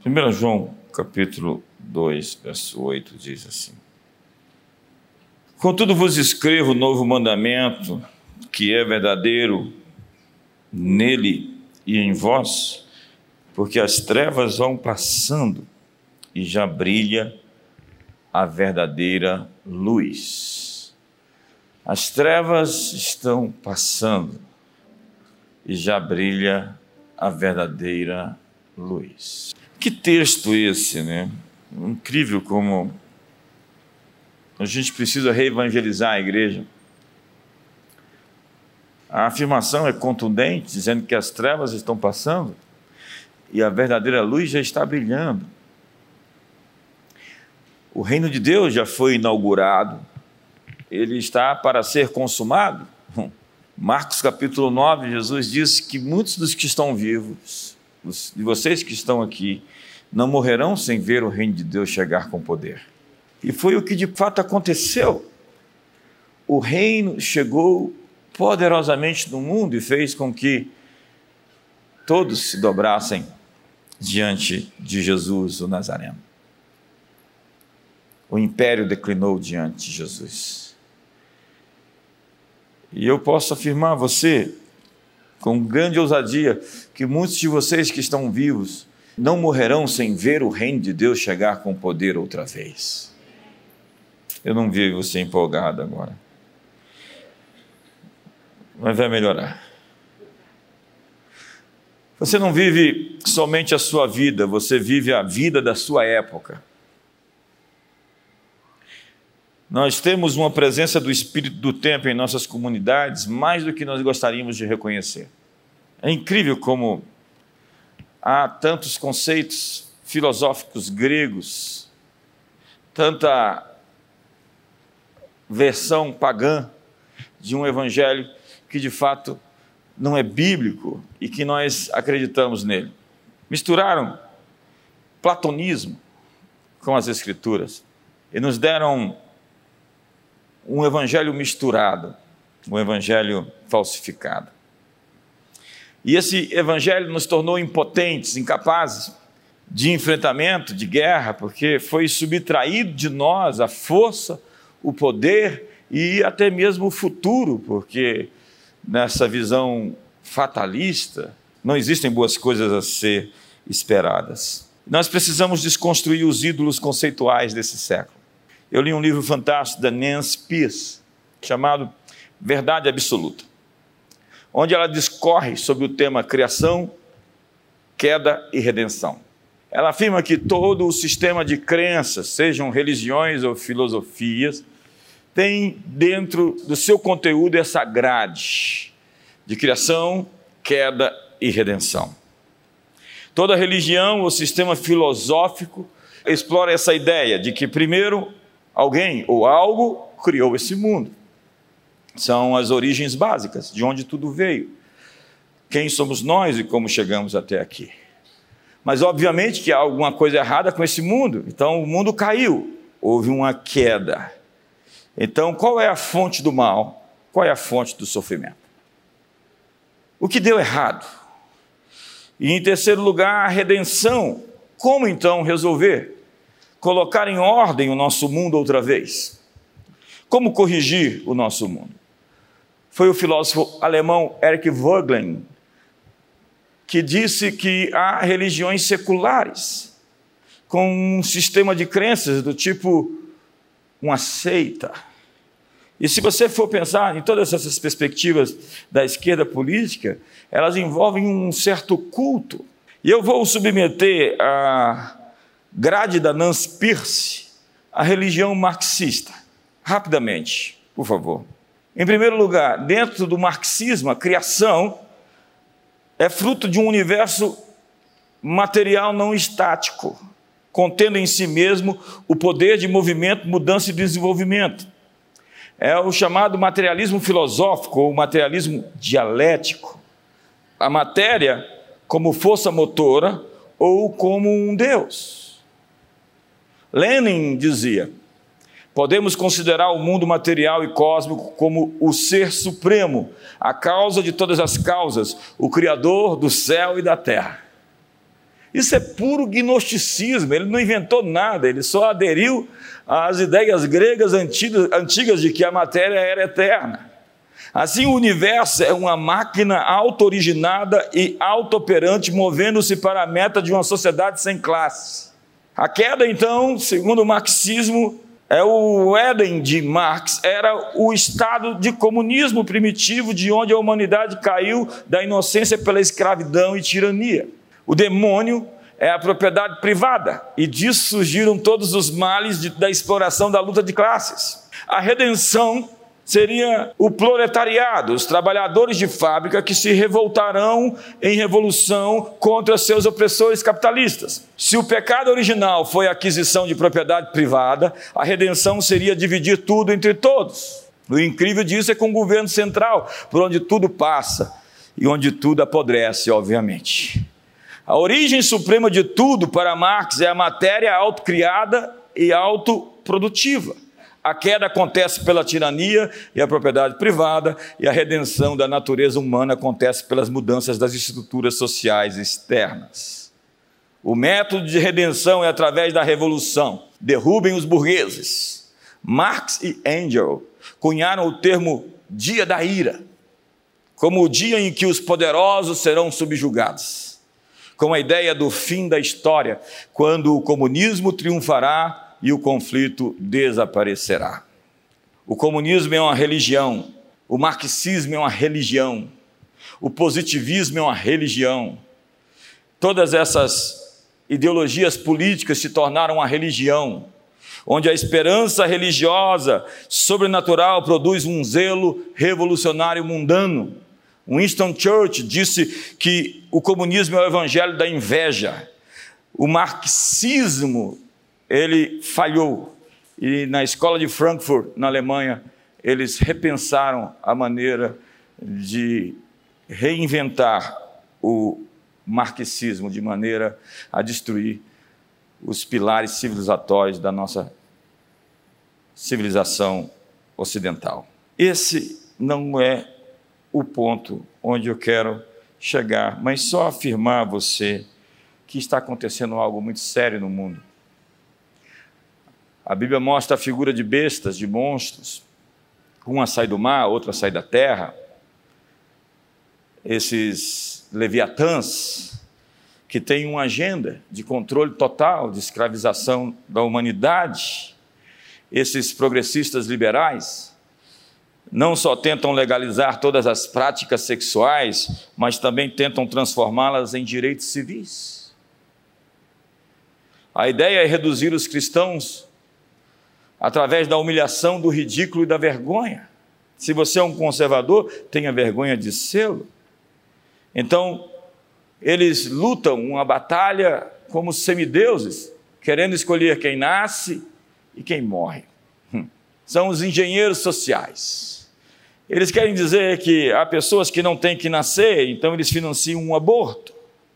1 João, capítulo 2, verso 8, diz assim: Contudo vos escrevo novo mandamento, que é verdadeiro nele e em vós, porque as trevas vão passando e já brilha a verdadeira luz. As trevas estão passando e já brilha a verdadeira luz. Que texto esse, né? Incrível como a gente precisa reevangelizar a igreja. A afirmação é contundente, dizendo que as trevas estão passando e a verdadeira luz já está brilhando. O reino de Deus já foi inaugurado, ele está para ser consumado. Marcos capítulo 9, Jesus disse que muitos dos que estão vivos, de vocês que estão aqui, não morrerão sem ver o reino de Deus chegar com poder. E foi o que de fato aconteceu. O reino chegou poderosamente no mundo e fez com que todos se dobrassem diante de Jesus, o Nazareno. O império declinou diante de Jesus. E eu posso afirmar a você, com grande ousadia, que muitos de vocês que estão vivos não morrerão sem ver o reino de Deus chegar com poder outra vez. Eu não vi você empolgado agora, mas vai melhorar. Você não vive somente a sua vida, você vive a vida da sua época. Nós temos uma presença do Espírito do Tempo em nossas comunidades mais do que nós gostaríamos de reconhecer. É incrível como há tantos conceitos filosóficos gregos, tanta versão pagã de um evangelho que de fato não é bíblico e que nós acreditamos nele. Misturaram platonismo com as escrituras e nos deram um evangelho misturado, um evangelho falsificado. E esse evangelho nos tornou impotentes, incapazes de enfrentamento, de guerra, porque foi subtraído de nós a força, o poder e até mesmo o futuro, porque nessa visão fatalista não existem boas coisas a ser esperadas. Nós precisamos desconstruir os ídolos conceituais desse século. Eu li um livro fantástico da Nancy Pierce, chamado Verdade Absoluta, onde ela discorre sobre o tema criação, queda e redenção. Ela afirma que todo o sistema de crenças, sejam religiões ou filosofias, tem dentro do seu conteúdo essa grade de criação, queda e redenção. Toda religião ou sistema filosófico explora essa ideia de que primeiro alguém ou algo criou esse mundo. São as origens básicas, de onde tudo veio. Quem somos nós e como chegamos até aqui. Mas obviamente que há alguma coisa errada com esse mundo. Então o mundo caiu, houve uma queda. Então qual é a fonte do mal? Qual é a fonte do sofrimento? O que deu errado? E em terceiro lugar, a redenção. Como então resolver? Colocar em ordem o nosso mundo outra vez? Como corrigir o nosso mundo? Foi o filósofo alemão Erich Voegelin que disse que há religiões seculares com um sistema de crenças do tipo uma seita. E se você for pensar em todas essas perspectivas da esquerda política, elas envolvem um certo culto. E eu vou submeter a grade da Nancy Pierce à religião marxista. Rapidamente, por favor. Em primeiro lugar, dentro do marxismo, a criação é fruto de um universo material não estático, contendo em si mesmo o poder de movimento, mudança e desenvolvimento. É o chamado materialismo filosófico ou materialismo dialético. A matéria como força motora ou como um Deus. Lenin dizia: podemos considerar o mundo material e cósmico como o ser supremo, a causa de todas as causas, o criador do céu e da terra. Isso é puro gnosticismo, ele não inventou nada, ele só aderiu às ideias gregas antigas de que a matéria era eterna. Assim, o universo é uma máquina auto-originada e auto-operante, movendo-se para a meta de uma sociedade sem classes. A queda, então, segundo o marxismo, o Éden de Marx era o estado de comunismo primitivo, de onde a humanidade caiu da inocência pela escravidão e tirania. O demônio é a propriedade privada, e disso surgiram todos os males da exploração da luta de classes. A redenção seria o proletariado, os trabalhadores de fábrica que se revoltarão em revolução contra seus opressores capitalistas. Se o pecado original foi a aquisição de propriedade privada, a redenção seria dividir tudo entre todos. O incrível disso é com o governo central, por onde tudo passa e onde tudo apodrece, obviamente. A origem suprema de tudo para Marx é a matéria autocriada e autoprodutiva. A queda acontece pela tirania e a propriedade privada, e a redenção da natureza humana acontece pelas mudanças das estruturas sociais externas. O método de redenção é através da revolução. Derrubem os burgueses. Marx e Engels cunharam o termo dia da ira, como o dia em que os poderosos serão subjugados, com a ideia do fim da história, quando o comunismo triunfará e o conflito desaparecerá. O comunismo é uma religião, o marxismo é uma religião, o positivismo é uma religião. Todas essas ideologias políticas se tornaram uma religião, onde a esperança religiosa sobrenatural produz um zelo revolucionário mundano. Winston Churchill disse que o comunismo é o evangelho da inveja. O marxismo, ele falhou, e na escola de Frankfurt, na Alemanha, eles repensaram a maneira de reinventar o marxismo, de maneira a destruir os pilares civilizatórios da nossa civilização ocidental. Esse não é o ponto onde eu quero chegar, mas só afirmar a você que está acontecendo algo muito sério no mundo. A Bíblia mostra a figura de bestas, de monstros. Uma sai do mar, outra sai da terra. Esses leviatãs que têm uma agenda de controle total, de escravização da humanidade. Esses progressistas liberais não só tentam legalizar todas as práticas sexuais, mas também tentam transformá-las em direitos civis. A ideia é reduzir os cristãos através da humilhação, do ridículo e da vergonha. Se você é um conservador, tenha vergonha de sê-lo. Então, eles lutam uma batalha como semideuses, querendo escolher quem nasce e quem morre. São os engenheiros sociais. Eles querem dizer que há pessoas que não têm que nascer, então eles financiam um aborto.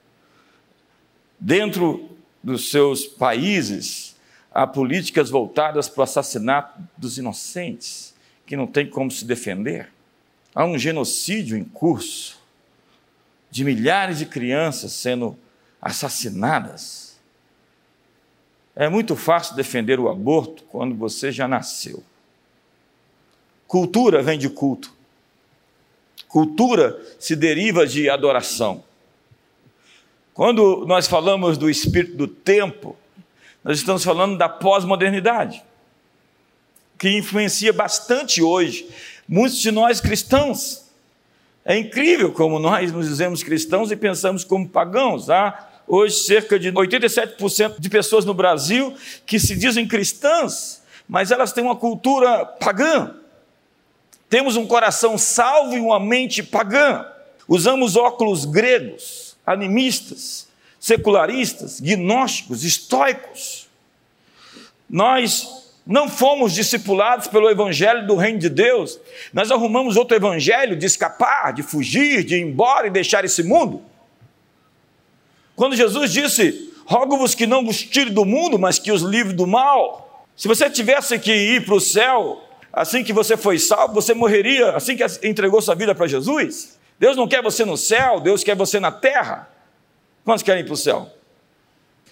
Dentro dos seus países, há políticas voltadas para o assassinato dos inocentes, que não tem como se defender. Há um genocídio em curso, de milhares de crianças sendo assassinadas. É muito fácil defender o aborto quando você já nasceu. Cultura vem de culto. Cultura se deriva de adoração. Quando nós falamos do espírito do tempo, nós estamos falando da pós-modernidade, que influencia bastante hoje muitos de nós cristãos. É incrível como nós nos dizemos cristãos e pensamos como pagãos. Há hoje cerca de 87% de pessoas no Brasil que se dizem cristãs, mas elas têm uma cultura pagã. Temos um coração salvo e uma mente pagã. Usamos óculos gregos, animistas, secularistas, gnósticos, estoicos. Nós não fomos discipulados pelo evangelho do reino de Deus. Nós arrumamos outro evangelho de escapar, de fugir, de ir embora e deixar esse mundo. Quando Jesus disse, rogo-vos que não vos tire do mundo, mas que os livre do mal. Se você tivesse que ir para o céu, assim que você foi salvo, você morreria assim que entregou sua vida para Jesus? Deus não quer você no céu, Deus quer você na terra. Quantos querem ir para o céu?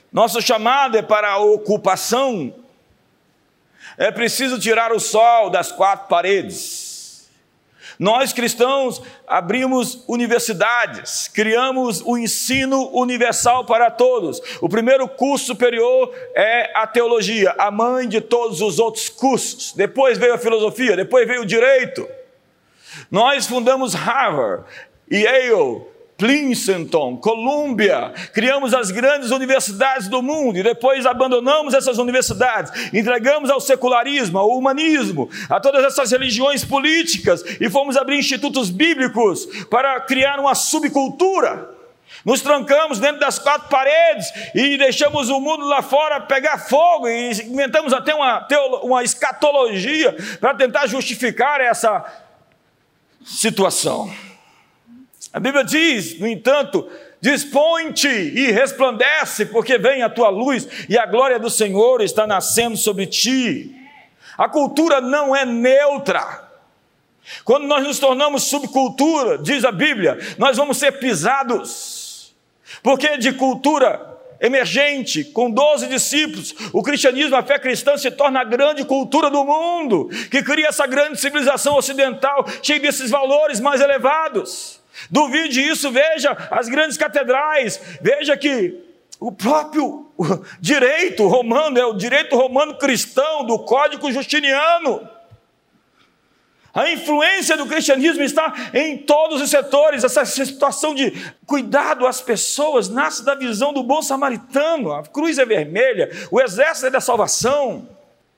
Nosso chamado é para a ocupação. É preciso tirar o sol das quatro paredes. Nós cristãos abrimos universidades, criamos o ensino universal para todos. O primeiro curso superior é a teologia, a mãe de todos os outros cursos. Depois veio a filosofia, depois veio o direito. Nós fundamos Harvard, Yale, Princeton, Columbia, criamos as grandes universidades do mundo e depois abandonamos essas universidades, entregamos ao secularismo, ao humanismo, a todas essas religiões políticas e fomos abrir institutos bíblicos para criar uma subcultura. Nos trancamos dentro das quatro paredes e deixamos o mundo lá fora pegar fogo e inventamos até uma escatologia para tentar justificar essa situação. A Bíblia diz, no entanto, dispõe-te e resplandece, porque vem a tua luz e a glória do Senhor está nascendo sobre ti. A cultura não é neutra. Quando nós nos tornamos subcultura, diz a Bíblia, nós vamos ser pisados. Porque de cultura emergente, com 12 discípulos, o cristianismo, a fé cristã se torna a grande cultura do mundo, que cria essa grande civilização ocidental, cheia desses valores mais elevados. Duvide isso, veja as grandes catedrais, veja que o próprio direito romano é o direito romano cristão do Código Justiniano. A influência do cristianismo está em todos os setores. Essa situação de cuidado às pessoas nasce da visão do bom samaritano. A cruz é vermelha, o exército é da salvação.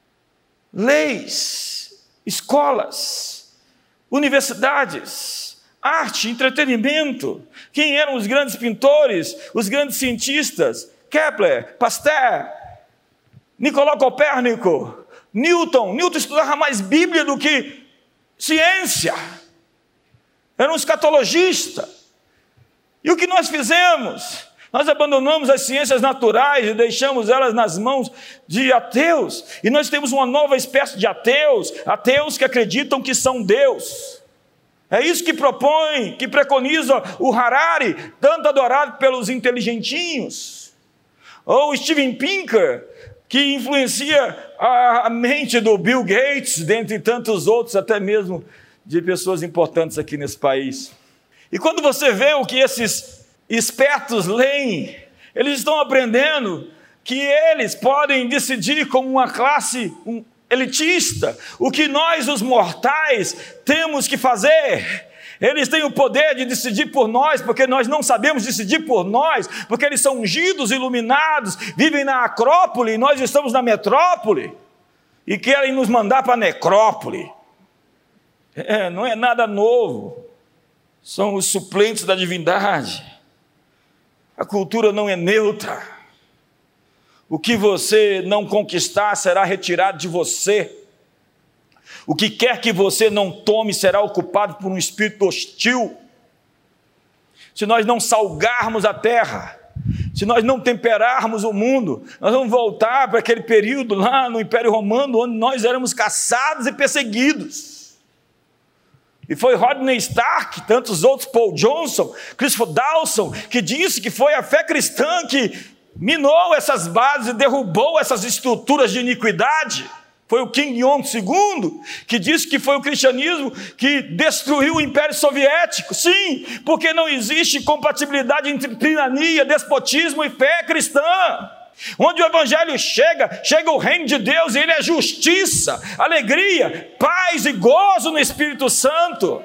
Leis, escolas, universidades, arte, entretenimento. Quem eram os grandes pintores, os grandes cientistas? Kepler, Pasteur, Nicolau Copérnico, Newton. Newton estudava mais Bíblia do que ciência. Era um escatologista. E o que nós fizemos? Nós abandonamos as ciências naturais e deixamos elas nas mãos de ateus. E nós temos uma nova espécie de ateus, ateus que acreditam que são Deus. É isso que propõe, que preconiza o Harari, tanto adorado pelos inteligentinhos. Ou Steven Pinker, que influencia a mente do Bill Gates, dentre tantos outros, até mesmo de pessoas importantes aqui nesse país. E quando você vê o que esses espertos leem, eles estão aprendendo que eles podem decidir como uma classe elitista o que nós, os mortais, temos que fazer. Eles têm o poder de decidir por nós, porque nós não sabemos decidir por nós, porque eles são ungidos, iluminados, vivem na acrópole, e nós estamos na metrópole, e querem nos mandar para a necrópole. Não é nada novo, são os suplentes da divindade. A cultura não é neutra. O que você não conquistar será retirado de você. O que quer que você não tome será ocupado por um espírito hostil. Se nós não salgarmos a terra, se nós não temperarmos o mundo, nós vamos voltar para aquele período lá no Império Romano, onde nós éramos caçados e perseguidos. E foi Rodney Stark, tantos outros, Paul Johnson, Christopher Dawson, que disse que foi a fé cristã que minou essas bases e derrubou essas estruturas de iniquidade. Foi o Kim Jong II que disse que foi o cristianismo que destruiu o Império Soviético. Sim, porque não existe compatibilidade entre tirania, despotismo e fé cristã. Onde o evangelho chega o reino de Deus e ele é justiça, alegria, paz e gozo no Espírito Santo.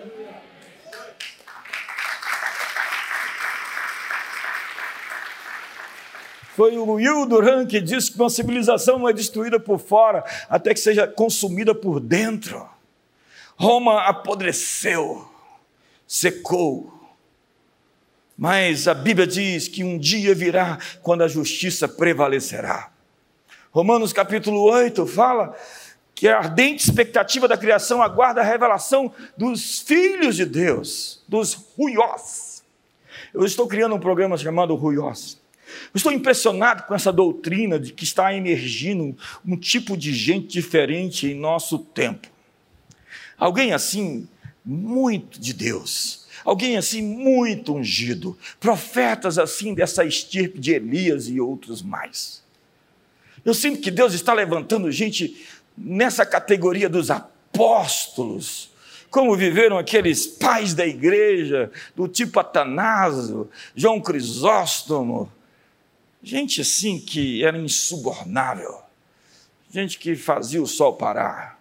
Foi o Will Durant que disse que uma civilização não é destruída por fora, até que seja consumida por dentro. Roma apodreceu, secou. Mas a Bíblia diz que um dia virá quando a justiça prevalecerá. Romanos capítulo 8 fala que a ardente expectativa da criação aguarda a revelação dos filhos de Deus, dos ruiós. Eu estou criando um programa chamado Ruiós. Eu estou impressionado com essa doutrina de que está emergindo um tipo de gente diferente em nosso tempo. Alguém assim, muito de Deus, alguém assim muito ungido, profetas assim dessa estirpe de Elias e outros mais. Eu sinto que Deus está levantando gente nessa categoria dos apóstolos, como viveram aqueles pais da igreja, do tipo Atanásio, João Crisóstomo, gente assim que era insubornável, gente que fazia o sol parar.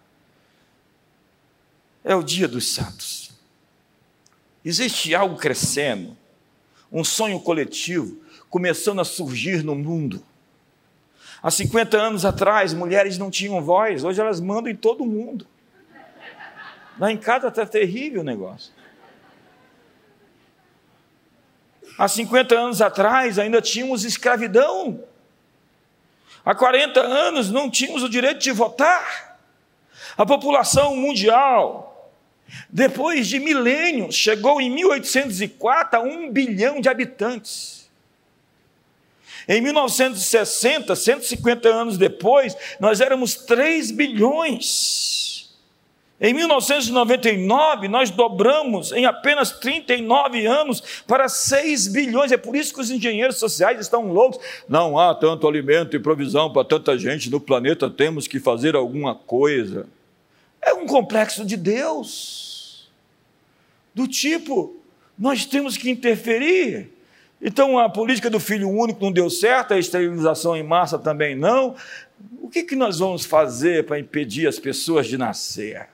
É o dia dos santos. Existe algo crescendo, um sonho coletivo começando a surgir no mundo. Há 50 anos atrás, mulheres não tinham voz, hoje elas mandam em todo mundo. Lá em casa está terrível o negócio. Há 50 anos atrás ainda tínhamos escravidão. Há 40 anos não tínhamos o direito de votar. A população mundial, depois de milênios, chegou em 1804 a 1 bilhão de habitantes. Em 1960, 150 anos depois, nós éramos 3 bilhões. Em 1999, nós dobramos em apenas 39 anos para 6 bilhões. É por isso que os engenheiros sociais estão loucos. Não há tanto alimento e provisão para tanta gente no planeta, temos que fazer alguma coisa. É um complexo de Deus. Do tipo, nós temos que interferir. Então a política do filho único não deu certo, a esterilização em massa também não. O que nós vamos fazer para impedir as pessoas de nascer?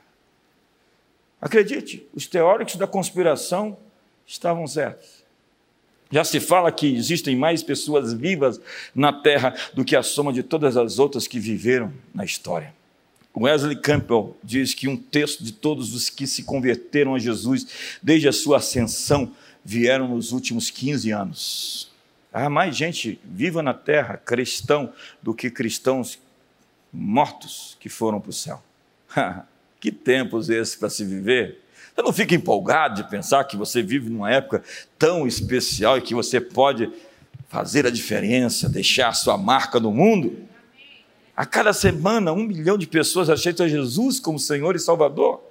Acredite, os teóricos da conspiração estavam certos. Já se fala que existem mais pessoas vivas na Terra do que a soma de todas as outras que viveram na história. Wesley Campbell diz que um terço de todos os que se converteram a Jesus desde a sua ascensão vieram nos últimos 15 anos. Há mais gente viva na Terra, cristão, do que cristãos mortos que foram para o céu. Que tempos esses para se viver? Você não fica empolgado de pensar que você vive numa época tão especial e que você pode fazer a diferença, deixar a sua marca no mundo? A cada semana, 1 milhão de pessoas aceitam Jesus como Senhor e Salvador.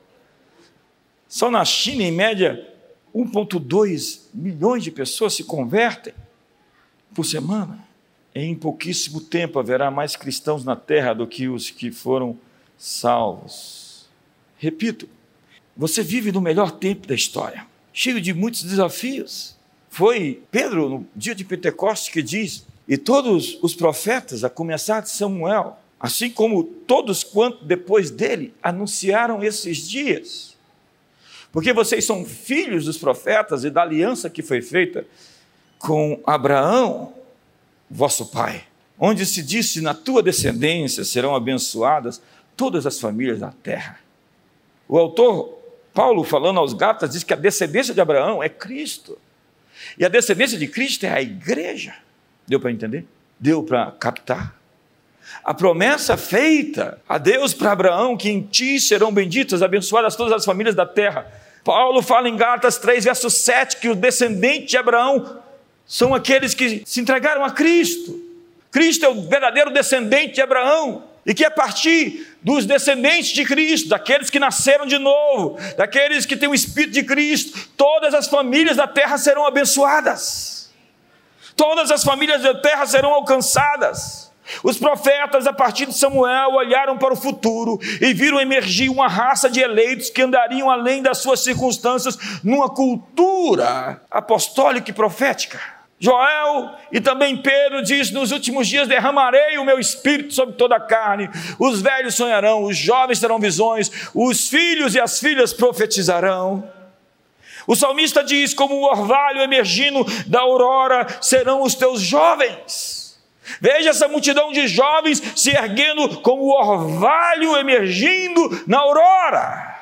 Só na China, em média, 1,2 milhões de pessoas se convertem por semana. Em pouquíssimo tempo haverá mais cristãos na terra do que os que foram salvos. Repito, você vive no melhor tempo da história, cheio de muitos desafios. Foi Pedro, no dia de Pentecostes, que diz: e todos os profetas, a começar de Samuel, assim como todos quanto depois dele, anunciaram esses dias. Porque vocês são filhos dos profetas e da aliança que foi feita com Abraão, vosso pai, onde se disse: na tua descendência serão abençoadas todas as famílias da terra. O autor Paulo, falando aos Gálatas, diz que a descendência de Abraão é Cristo. E a descendência de Cristo é a igreja. Deu para entender? Deu para captar? A promessa feita a Deus para Abraão, que em ti serão benditas, abençoadas todas as famílias da terra. Paulo fala em Gálatas 3, verso 7, que os descendentes de Abraão são aqueles que se entregaram a Cristo. Cristo é o verdadeiro descendente de Abraão. E que a partir dos descendentes de Cristo, daqueles que nasceram de novo, daqueles que têm o Espírito de Cristo, todas as famílias da terra serão abençoadas. Todas as famílias da terra serão alcançadas. Os profetas, a partir de Samuel, olharam para o futuro e viram emergir uma raça de eleitos que andariam além das suas circunstâncias numa cultura apostólica e profética. Joel e também Pedro diz: nos últimos dias derramarei o meu espírito sobre toda a carne, os velhos sonharão, os jovens terão visões, os filhos e as filhas profetizarão. O salmista diz: como o orvalho emergindo da aurora serão os teus jovens. Veja essa multidão de jovens se erguendo como o orvalho emergindo na aurora.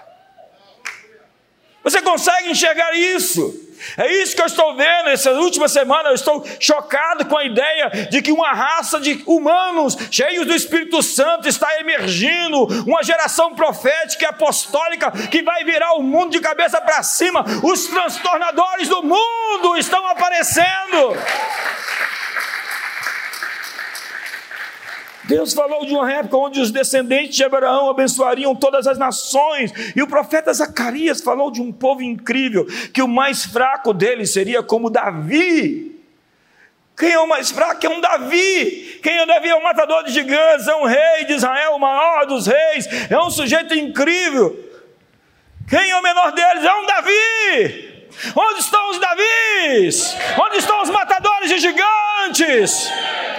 Você consegue enxergar isso? É isso que eu estou vendo. Essa última semana eu estou chocado com a ideia de que uma raça de humanos cheios do Espírito Santo está emergindo, uma geração profética e apostólica que vai virar o mundo de cabeça para cima. Os transtornadores do mundo estão aparecendo. Deus falou de uma época onde os descendentes de Abraão abençoariam todas as nações, e o profeta Zacarias falou de um povo incrível, que o mais fraco deles seria como Davi. Quem é o mais fraco? É um Davi. Quem é Davi? É um matador de gigantes, é um rei de Israel, o maior dos reis, é um sujeito incrível. Quem é o menor deles? É um Davi. Onde estão os Davis? Onde estão os matadores de gigantes?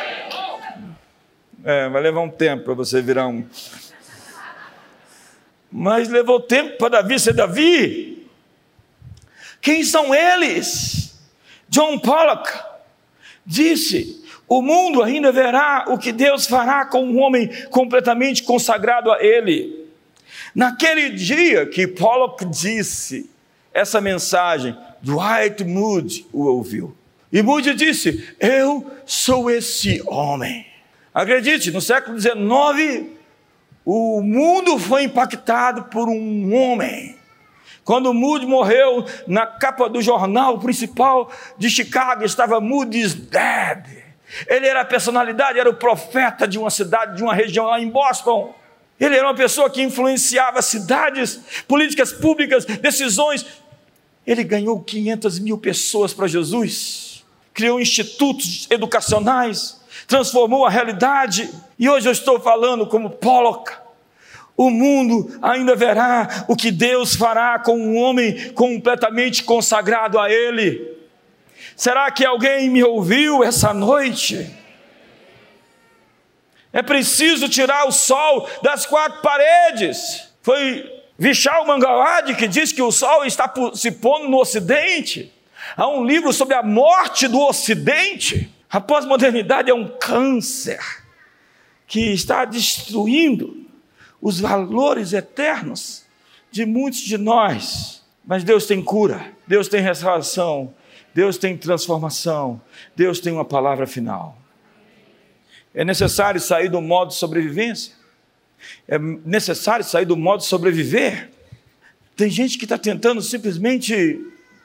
Vai levar um tempo para você virar um. Mas levou tempo para Davi ser Davi. Quem são eles? John Pollock disse: o mundo ainda verá o que Deus fará com um homem completamente consagrado a Ele. Naquele dia que Pollock disse essa mensagem, Dwight Moody o ouviu. E Moody disse: eu sou esse homem. Acredite, no século XIX, o mundo foi impactado por um homem. Quando Moody morreu, na capa do jornal principal de Chicago estava Moody's Dead. Ele era a personalidade, era o profeta de uma cidade, de uma região lá em Boston. Ele era uma pessoa que influenciava cidades, políticas públicas, decisões. Ele ganhou 500 mil pessoas para Jesus, criou institutos educacionais, transformou a realidade. E hoje eu estou falando como Pollock. O mundo ainda verá o que Deus fará com um homem completamente consagrado a Ele. Será que alguém me ouviu essa noite? É preciso tirar o sol das quatro paredes. Foi Vishal Mangalwadi que diz que o sol está se pondo no Ocidente. Há um livro sobre a morte do Ocidente. A pós-modernidade é um câncer que está destruindo os valores eternos de muitos de nós. Mas Deus tem cura, Deus tem restauração, Deus tem transformação, Deus tem uma palavra final. É necessário sair do modo de sobrevivência, é necessário sair do modo de sobreviver. Tem gente que está tentando simplesmente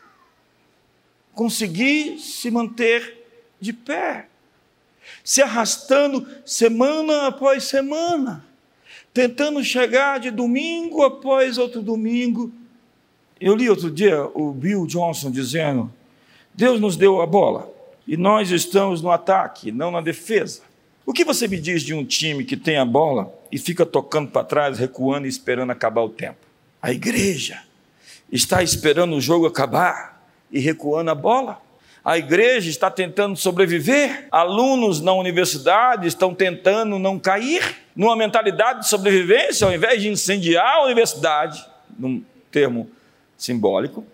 conseguir se manter de pé, se arrastando semana após semana, tentando chegar de domingo após outro domingo. Eu li outro dia o Bill Johnson dizendo: Deus nos deu a bola e nós estamos no ataque, não na defesa. O que você me diz de um time que tem a bola e fica tocando para trás, recuando e esperando acabar o tempo? A igreja está esperando o jogo acabar e recuando a bola. A igreja está tentando sobreviver. Alunos na universidade estão tentando não cair numa mentalidade de sobrevivência, ao invés de incendiar a universidade, num termo simbólico,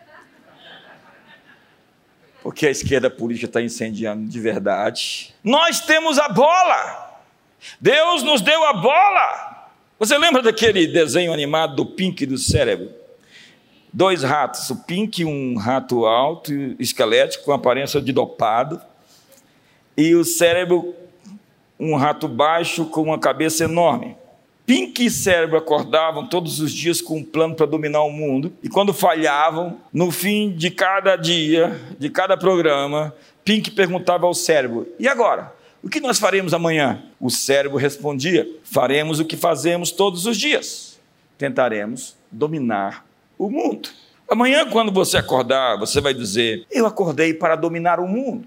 porque a esquerda política está incendiando de verdade. Nós temos a bola. Deus nos deu a bola. Você lembra daquele desenho animado do Pink e do Cérebro? 2 ratos, o Pink, um rato alto, esquelético, com aparência de dopado, e o Cérebro, um rato baixo, com uma cabeça enorme. Pink e Cérebro acordavam todos os dias com um plano para dominar o mundo, e quando falhavam, no fim de cada dia, de cada programa, Pink perguntava ao Cérebro: e agora? O que nós faremos amanhã? O Cérebro respondia: faremos o que fazemos todos os dias. Tentaremos dominar o mundo. Amanhã, quando você acordar, você vai dizer: eu acordei para dominar o mundo.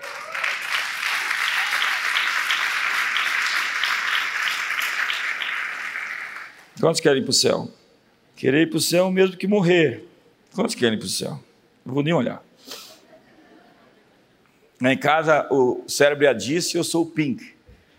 Quantos querem ir para o céu? Querer ir para o céu mesmo que morrer. Quantos querem ir para o céu? Não vou nem olhar. Lá em casa, o Cérebro disse: eu sou o Pink.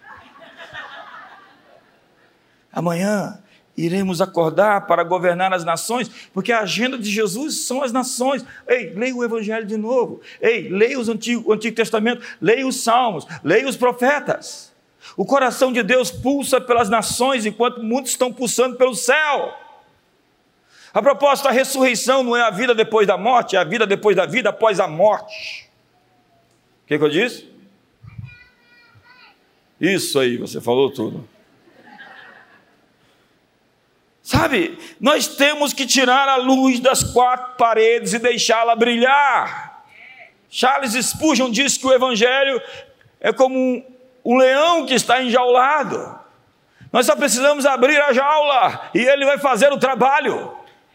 Amanhã iremos acordar para governar as nações, porque a agenda de Jesus são as nações. Ei, leia o Evangelho de novo. Ei, leia o Antigo Testamento, leia os Salmos, leia os profetas. O coração de Deus pulsa pelas nações, enquanto muitos estão pulsando pelo céu. A proposta da ressurreição não é a vida depois da morte, é a vida depois da vida, após a morte. O que eu disse? Isso aí, você falou tudo. Sabe, nós temos que tirar a luz das 4 paredes e deixá-la brilhar. Charles Spurgeon disse que o Evangelho é como um leão que está enjaulado. Nós só precisamos abrir a jaula e ele vai fazer o trabalho.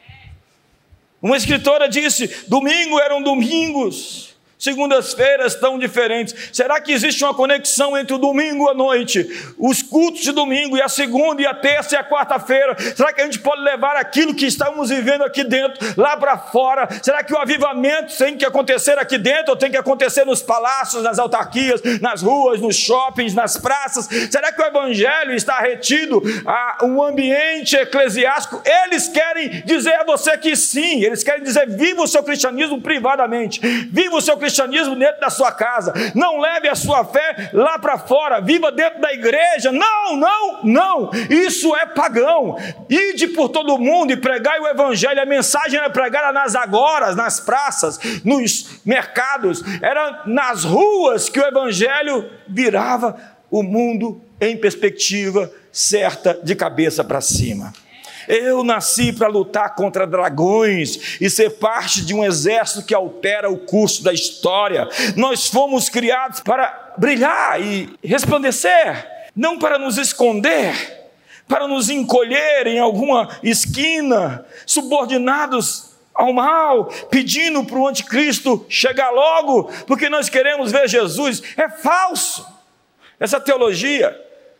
Uma escritora disse: domingo eram domingos, segundas-feiras tão diferentes. Será que existe uma conexão entre o domingo à noite, os cultos de domingo, e a segunda, e a terça, e a quarta-feira? Será que a gente pode levar aquilo que estamos vivendo aqui dentro, lá para fora? Será que o avivamento tem que acontecer aqui dentro, ou tem que acontecer nos palácios, nas autarquias, nas ruas, nos shoppings, nas praças? Será que o evangelho está retido a um ambiente eclesiástico? Eles querem dizer a você que sim, eles querem dizer: viva o seu cristianismo privadamente, viva o seu cristianismo dentro da sua casa, não leve a sua fé lá para fora, viva dentro da igreja. Não, não, não, isso é pagão. Ide por todo mundo e pregai o evangelho. A mensagem era pregada nas agoras, nas praças, nos mercados, era nas ruas que o evangelho virava o mundo em perspectiva certa, de cabeça para cima. Eu nasci para lutar contra dragões e ser parte de um exército que altera o curso da história. Nós fomos criados para brilhar e resplandecer, não para nos esconder, para nos encolher em alguma esquina, subordinados ao mal, pedindo para o anticristo chegar logo, porque nós queremos ver Jesus. É falso essa teologia.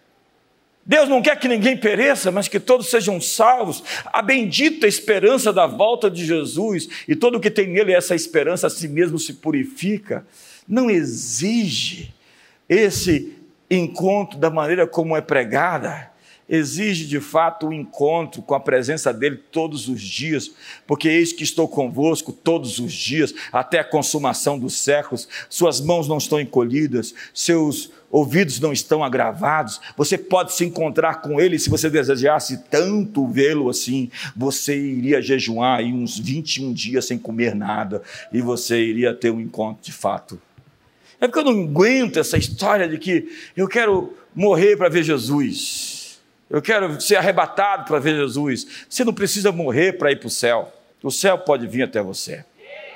Deus não quer que ninguém pereça, mas que todos sejam salvos. A bendita esperança da volta de Jesus, e todo o que tem nele essa esperança a si mesmo se purifica, não exige esse encontro da maneira como é pregada. Exige de fato um encontro com a presença dele todos os dias, porque eis que estou convosco todos os dias, até a consumação dos séculos. Suas mãos não estão encolhidas, seus ouvidos não estão agravados. Você pode se encontrar com ele. Se você desejasse tanto vê-lo assim, você iria jejuar aí uns 21 dias sem comer nada, e você iria ter um encontro de fato. É porque eu não aguento essa história de que eu quero morrer para ver Jesus, eu quero ser arrebatado para ver Jesus. Você não precisa morrer para ir para o céu. O céu pode vir até você.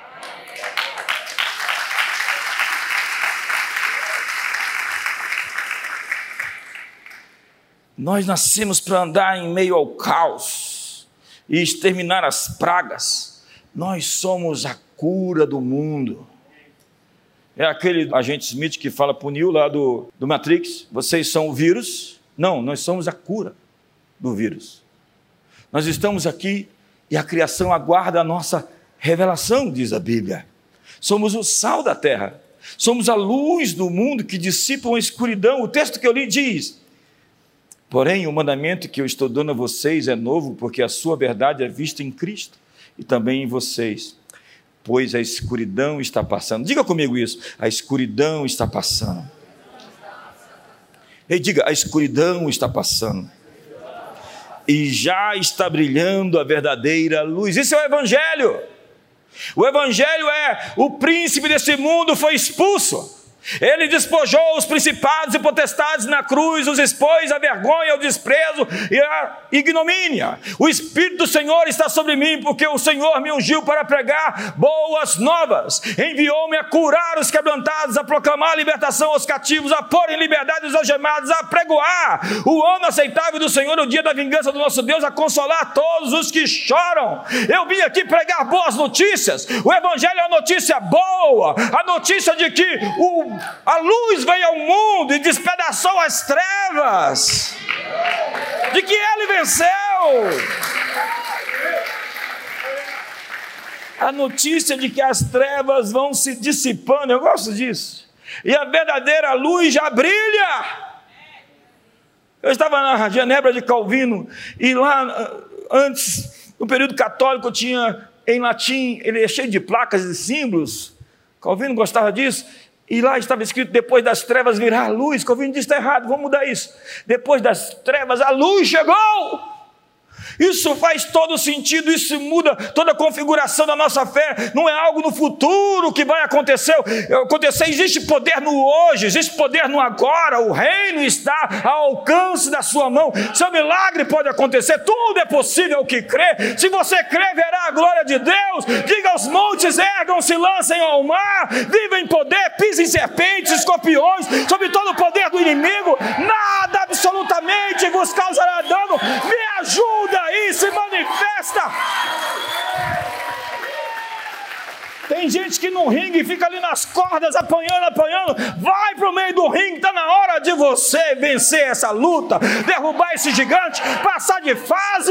Nós nascemos para andar em meio ao caos e exterminar as pragas. Nós somos a cura do mundo. É aquele agente Smith que fala para o Neo lá do Matrix: vocês são o vírus. Não, nós somos a cura do vírus. Nós estamos aqui e a criação aguarda a nossa revelação, diz a Bíblia. Somos o sal da terra, somos a luz do mundo que dissipa a escuridão. O texto que eu li diz: porém, o mandamento que eu estou dando a vocês é novo, porque a sua verdade é vista em Cristo e também em vocês, pois a escuridão está passando. Diga comigo isso: a escuridão está passando. Ei, diga: a escuridão está passando e já está brilhando a verdadeira luz. Isso é o evangelho. O evangelho é: o príncipe desse mundo foi expulso. Ele despojou os principados e potestades na cruz, os expôs à vergonha, ao desprezo e à ignomínia. O Espírito do Senhor está sobre mim, porque o Senhor me ungiu para pregar boas novas. Enviou-me a curar os quebrantados, a proclamar a libertação aos cativos, a pôr em liberdade os algemados, a pregoar o ano aceitável do Senhor, o dia da vingança do nosso Deus, a consolar todos os que choram. Eu vim aqui pregar boas notícias. O evangelho é uma notícia boa, a notícia de que a luz veio ao mundo e despedaçou as trevas, de que ele venceu. A notícia de que as trevas vão se dissipando. Eu gosto disso. E a verdadeira luz já brilha. Eu estava na Genebra de Calvino, e lá antes, no período católico, tinha em latim, ele é cheio de placas e símbolos. Calvino gostava disso. E lá estava escrito: depois das trevas virá a luz. Calvino disse: está errado, vamos mudar isso. Depois das trevas a luz chegou. Isso faz todo sentido, isso muda toda a configuração da nossa fé. Não é algo no futuro que vai acontecer. Existe poder no hoje, existe poder no agora. O reino está ao alcance da sua mão. Seu milagre pode acontecer, tudo é possível ao que crê. Se você crê, verá a glória de Deus. Diga aos montes, ergam-se, lancem ao mar. Vivam em poder, pisem serpentes, escorpiões, sobre todo o poder do inimigo. Nada absolutamente vos causará dano. Me ajuda aí, se manifesta. Tem gente que no ringue fica ali nas cordas apanhando. Vai para o meio do ringue, está na hora de você vencer essa luta, derrubar esse gigante, passar de fase.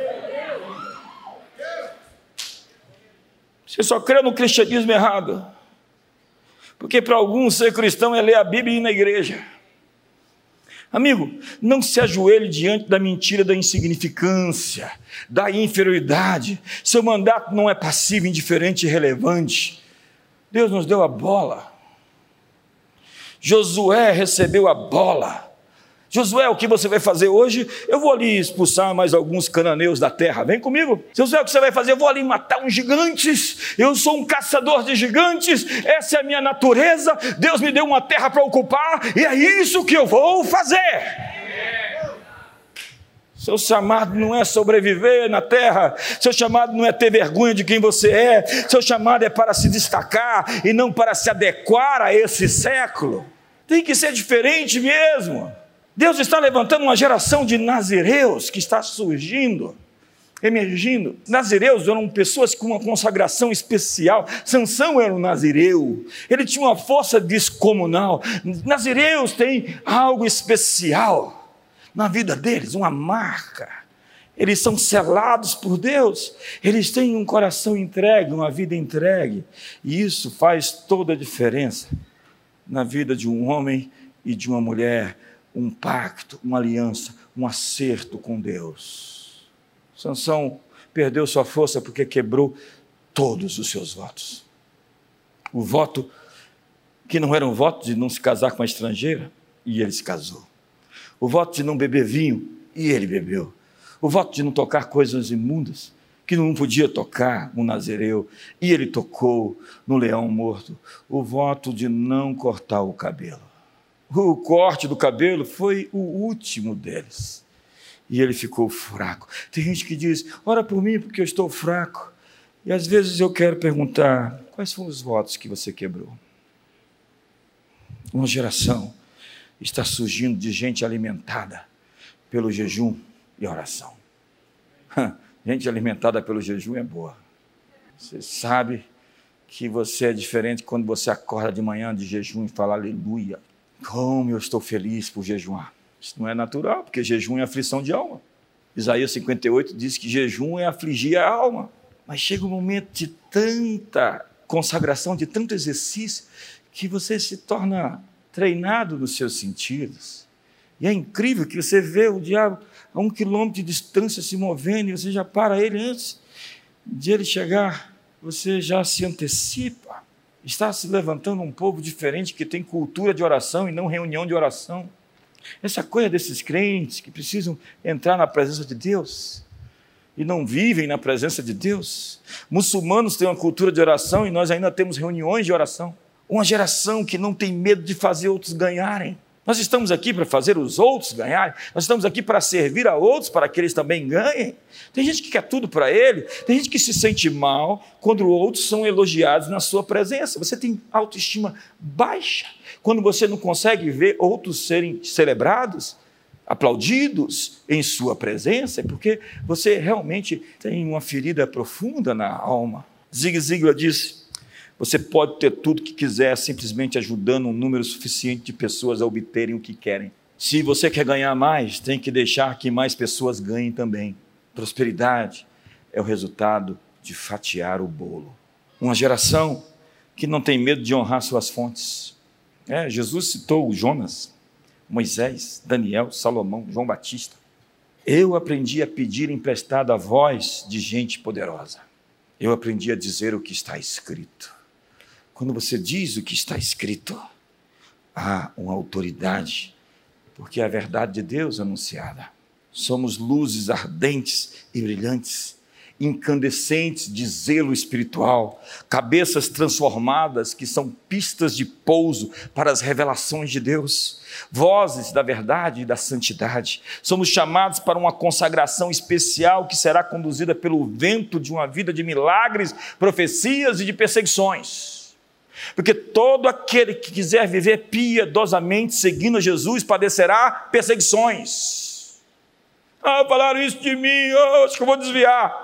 Você só crê no cristianismo errado, porque para alguns ser cristão é ler a Bíblia e ir na igreja. Amigo, não se ajoelhe diante da mentira da insignificância, da inferioridade. Seu mandato não é passivo, indiferente e irrelevante. Deus nos deu a bola. Josué recebeu a bola. Josué, o que você vai fazer hoje? Eu vou ali expulsar mais alguns cananeus da terra. Vem comigo. Josué, o que você vai fazer? Eu vou ali matar uns gigantes. Eu sou um caçador de gigantes. Essa é a minha natureza. Deus me deu uma terra para ocupar e é isso que eu vou fazer. Seu chamado não é sobreviver na terra. Seu chamado não é ter vergonha de quem você é. Seu chamado é para se destacar e não para se adequar a esse século. Tem que ser diferente mesmo. Deus está levantando uma geração de nazireus que está surgindo, emergindo. Nazireus eram pessoas com uma consagração especial. Sansão era um nazireu, ele tinha uma força descomunal. Nazireus têm algo especial na vida deles, uma marca. Eles são selados por Deus, eles têm um coração entregue, uma vida entregue, e isso faz toda a diferença na vida de um homem e de uma mulher. Um pacto, uma aliança, um acerto com Deus. Sansão perdeu sua força porque quebrou todos os seus votos. O voto que não era um voto de não se casar com uma estrangeira, e ele se casou. O voto de não beber vinho, e ele bebeu. O voto de não tocar coisas imundas, que não podia tocar um nazireu, e ele tocou no leão morto. O voto de não cortar o cabelo. O corte do cabelo foi o último deles. E ele ficou fraco. Tem gente que diz, ora por mim porque eu estou fraco. E às vezes eu quero perguntar, quais foram os votos que você quebrou? Uma geração está surgindo de gente alimentada pelo jejum e oração. Gente alimentada pelo jejum é boa. Você sabe que você é diferente quando você acorda de manhã de jejum e fala aleluia. Como eu estou feliz por jejuar. Isso não é natural, porque jejum é aflição de alma. Isaías 58 diz que jejum é afligir a alma. Mas chega um momento de tanta consagração, de tanto exercício, que você se torna treinado nos seus sentidos. E é incrível que você vê o diabo a 1 quilômetro de distância se movendo, e você já para ele antes de ele chegar, você já se antecipa. Está se levantando um povo diferente que tem cultura de oração e não reunião de oração. Essa coisa desses crentes que precisam entrar na presença de Deus e não vivem na presença de Deus. Muçulmanos têm uma cultura de oração e nós ainda temos reuniões de oração. Uma geração que não tem medo de fazer outros ganharem. Nós estamos aqui para fazer os outros ganharem, nós estamos aqui para servir a outros, para que eles também ganhem. Tem gente que quer tudo para ele, tem gente que se sente mal quando outros são elogiados na sua presença. Você tem autoestima baixa quando você não consegue ver outros serem celebrados, aplaudidos em sua presença, porque você realmente tem uma ferida profunda na alma. Zig Ziglar disse, você pode ter tudo que quiser, simplesmente ajudando um número suficiente de pessoas a obterem o que querem. Se você quer ganhar mais, tem que deixar que mais pessoas ganhem também. Prosperidade é o resultado de fatiar o bolo. Uma geração que não tem medo de honrar suas fontes. Jesus citou Jonas, Moisés, Daniel, Salomão, João Batista. Eu aprendi a pedir emprestado a voz de gente poderosa. Eu aprendi a dizer o que está escrito. Quando você diz o que está escrito, há uma autoridade, porque é a verdade de Deus anunciada. Somos luzes ardentes e brilhantes, incandescentes de zelo espiritual, cabeças transformadas que são pistas de pouso para as revelações de Deus, vozes da verdade e da santidade. Somos chamados para uma consagração especial que será conduzida pelo vento de uma vida de milagres, profecias e de perseguições. Porque todo aquele que quiser viver piedosamente seguindo Jesus padecerá perseguições. Falaram isso de mim, acho que eu vou desviar.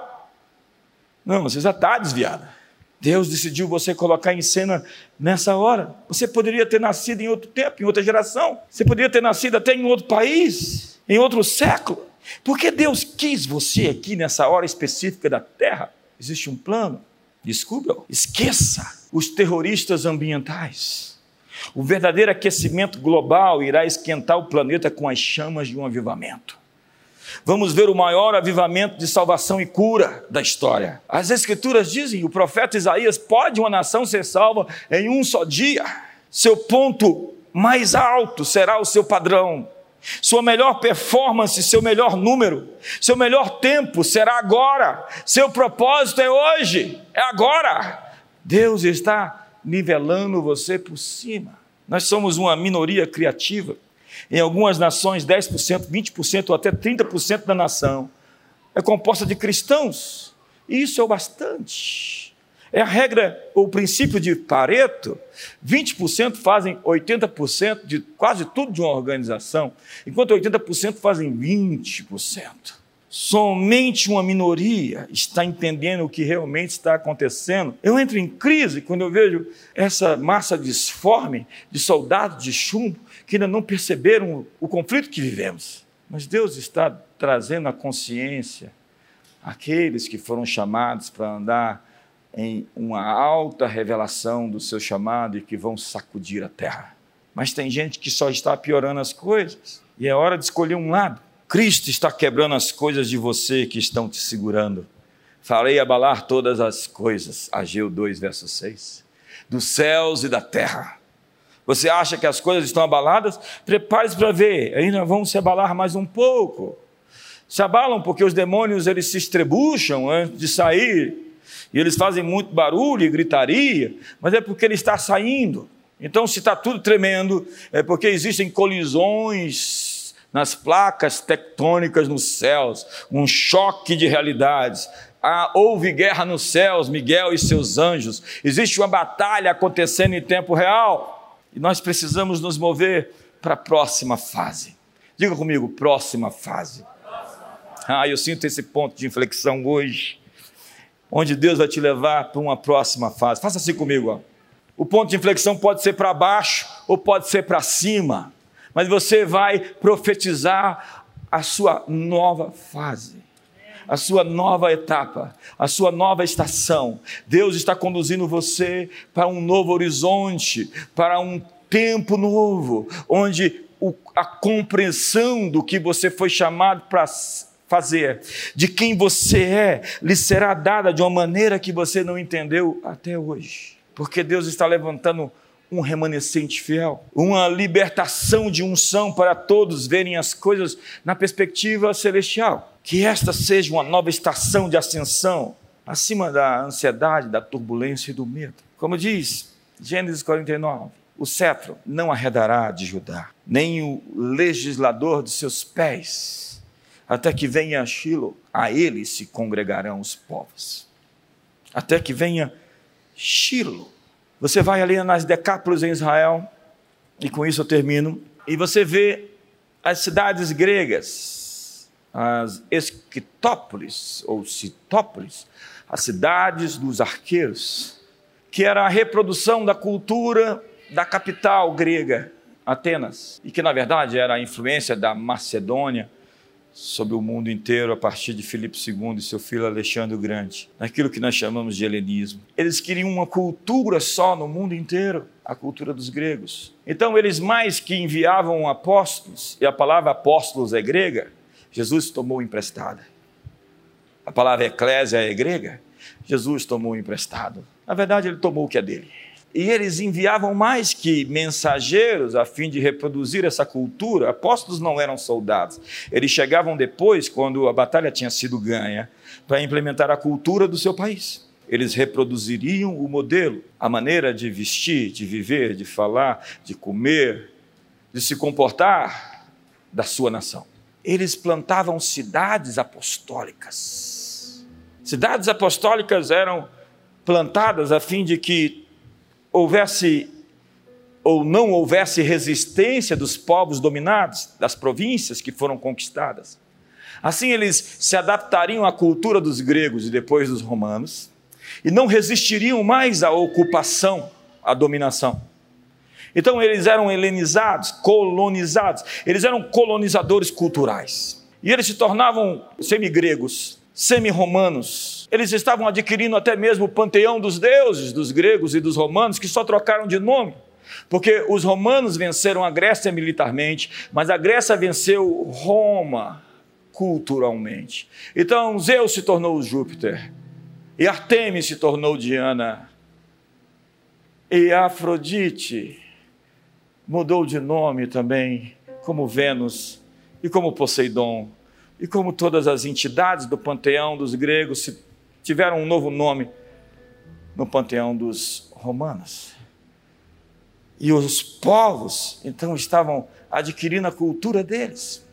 Não, você já está desviada. Deus decidiu você colocar em cena nessa hora. Você poderia ter nascido em outro tempo, em outra geração. Você poderia ter nascido até em outro país, em outro século. Porque Deus quis você aqui nessa hora específica da terra. Existe um plano. Desculpa, esqueça os terroristas ambientais. O verdadeiro aquecimento global irá esquentar o planeta com as chamas de um avivamento. Vamos ver o maior avivamento de salvação e cura da história. As Escrituras dizem, o profeta Isaías, pode uma nação ser salva em um só dia? Seu ponto mais alto será o seu padrão. Sua melhor performance, seu melhor número, seu melhor tempo será agora. Seu propósito é hoje, é agora. Deus está nivelando você por cima. Nós somos uma minoria criativa. Em algumas nações, 10%, 20% ou até 30% da nação é composta de cristãos. E isso é o bastante. É a regra, ou o princípio de Pareto. 20% fazem 80% de quase tudo de uma organização, enquanto 80% fazem 20%. Somente uma minoria está entendendo o que realmente está acontecendo. Eu entro em crise quando eu vejo essa massa disforme de soldados de chumbo que ainda não perceberam o conflito que vivemos. Mas Deus está trazendo à consciência aqueles que foram chamados para andar em uma alta revelação do seu chamado e que vão sacudir a terra. Mas tem gente que só está piorando as coisas e é hora de escolher um lado. Cristo está quebrando as coisas de você que estão te segurando. Farei abalar todas as coisas, Ageu 2, verso 6, dos céus e da terra. Você acha que as coisas estão abaladas? Prepare-se para ver, ainda vão se abalar mais um pouco. Se abalam porque os demônios eles se estrebucham antes de sair, e eles fazem muito barulho e gritaria, mas é porque ele está saindo. Então, se está tudo tremendo, é porque existem colisões nas placas tectônicas nos céus, um choque de realidades. Houve guerra nos céus, Miguel e seus anjos. Existe uma batalha acontecendo em tempo real. E nós precisamos nos mover para a próxima fase. Diga comigo, próxima fase. Eu sinto esse ponto de inflexão hoje, onde Deus vai te levar para uma próxima fase. Faça assim comigo. O ponto de inflexão pode ser para baixo ou pode ser para cima, mas você vai profetizar a sua nova fase, a sua nova etapa, a sua nova estação. Deus está conduzindo você para um novo horizonte, para um tempo novo, onde a compreensão do que você foi chamado para fazer, de quem você é, lhe será dada de uma maneira que você não entendeu até hoje. Porque Deus está levantando um remanescente fiel, uma libertação de unção para todos verem as coisas na perspectiva celestial. Que esta seja uma nova estação de ascensão, acima da ansiedade, da turbulência e do medo. Como diz Gênesis 49, o cetro não arredará de Judá, nem o legislador de seus pés, até que venha Shilo, a ele se congregarão os povos. Até que venha Shilo. Você vai ali nas Decápolis em Israel, e com isso eu termino, e você vê as cidades gregas, as Esquitópolis, ou Citópolis, as cidades dos arqueiros, que era a reprodução da cultura da capital grega, Atenas, e que na verdade era a influência da Macedônia sobre o mundo inteiro a partir de Filipe II e seu filho Alexandre o Grande, naquilo que nós chamamos de helenismo. Eles queriam uma cultura só no mundo inteiro, a cultura dos gregos. Então eles mais que enviavam apóstolos, e a palavra apóstolos é grega, Jesus tomou emprestada. A palavra eclésia é grega, Jesus tomou emprestado. Na verdade ele tomou o que é dele. E eles enviavam mais que mensageiros a fim de reproduzir essa cultura. Apóstolos não eram soldados. Eles chegavam depois, quando a batalha tinha sido ganha, para implementar a cultura do seu país. Eles reproduziriam o modelo, a maneira de vestir, de viver, de falar, de comer, de se comportar da sua nação. Eles plantavam cidades apostólicas. Cidades apostólicas eram plantadas a fim de que houvesse ou não houvesse resistência dos povos dominados, das províncias que foram conquistadas. Assim, eles se adaptariam à cultura dos gregos e depois dos romanos, e não resistiriam mais à ocupação, à dominação. Então, eles eram helenizados, colonizados, eles eram colonizadores culturais. E eles se tornavam semigregos, semi-romanos. Eles estavam adquirindo até mesmo o panteão dos deuses, dos gregos e dos romanos, que só trocaram de nome. Porque os romanos venceram a Grécia militarmente, mas a Grécia venceu Roma culturalmente. Então, Zeus se tornou Júpiter, e Artemis se tornou Diana, e Afrodite mudou de nome também, como Vênus e como Poseidon, e como todas as entidades do panteão dos gregos tiveram um novo nome no panteão dos romanos. E os povos, então, estavam adquirindo a cultura deles.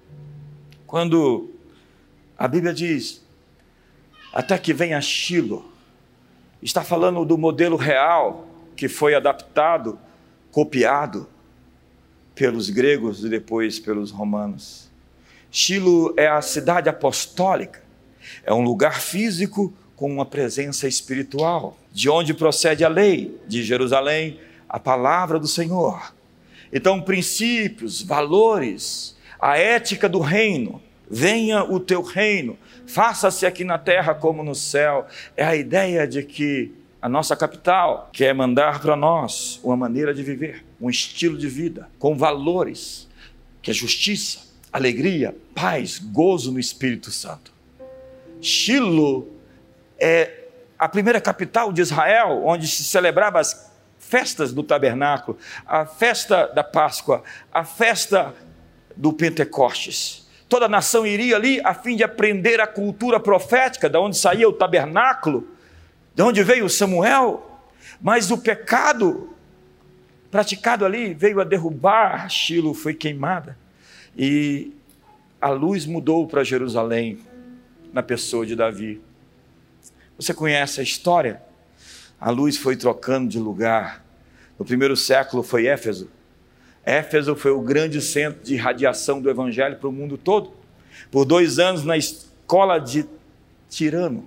Quando a Bíblia diz, até que venha Shilo, está falando do modelo real que foi adaptado, copiado pelos gregos e depois pelos romanos. Shilo é a cidade apostólica, é um lugar físico com uma presença espiritual, de onde procede a lei, de Jerusalém, a palavra do Senhor. Então, princípios, valores, a ética do reino, venha o teu reino, faça-se aqui na terra como no céu, é a ideia de que a nossa capital quer mandar para nós uma maneira de viver, um estilo de vida, com valores, que é justiça, alegria, paz, gozo no Espírito Santo. Shilo é a primeira capital de Israel, onde se celebrava as festas do tabernáculo, a festa da Páscoa, a festa do Pentecostes. Toda a nação iria ali a fim de aprender a cultura profética, de onde saía o tabernáculo, de onde veio Samuel, mas o pecado praticado ali veio a derrubar, Shilo foi queimada, e a luz mudou para Jerusalém, na pessoa de Davi. Você conhece a história? A luz foi trocando de lugar. No primeiro século foi Éfeso. Éfeso foi o grande centro de irradiação do evangelho para o mundo todo. Por 2 anos na escola de Tirano,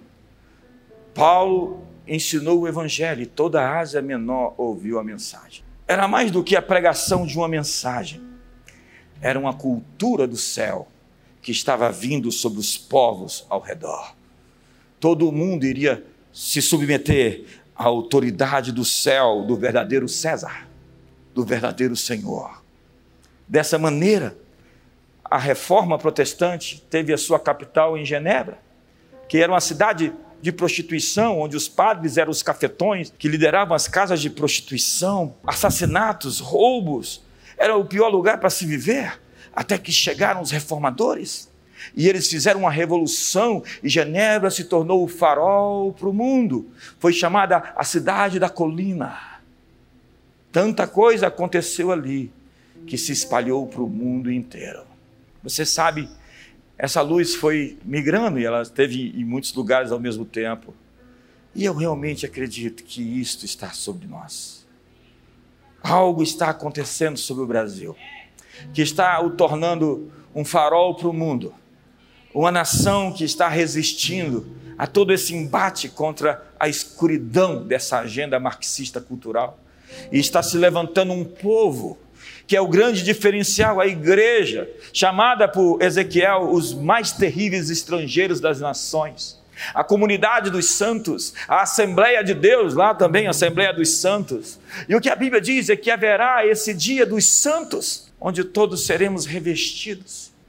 Paulo ensinou o evangelho e toda a Ásia Menor ouviu a mensagem. Era mais do que a pregação de uma mensagem. Era uma cultura do céu que estava vindo sobre os povos ao redor. Todo mundo iria se submeter à autoridade do céu, do verdadeiro César, do verdadeiro Senhor. Dessa maneira, a reforma protestante teve a sua capital em Genebra, que era uma cidade de prostituição, onde os padres eram os cafetões que lideravam as casas de prostituição, assassinatos, roubos. Era o pior lugar para se viver, até que chegaram os reformadores. E eles fizeram uma revolução e Genebra se tornou o farol para o mundo. Foi chamada a cidade da colina. Tanta coisa aconteceu ali que se espalhou para o mundo inteiro. Você sabe, essa luz foi migrando e ela esteve em muitos lugares ao mesmo tempo. E eu realmente acredito que isto está sobre nós. Algo está acontecendo sobre o Brasil, que está o tornando um farol para o mundo. Uma nação que está resistindo a todo esse embate contra a escuridão dessa agenda marxista cultural. E está se levantando um povo que é o grande diferencial, a igreja, chamada por Ezequiel os mais terríveis estrangeiros das nações. A comunidade dos santos, a Assembleia de Deus, lá também a Assembleia dos Santos. E o que a Bíblia diz é que haverá esse dia dos santos, onde todos seremos revestidos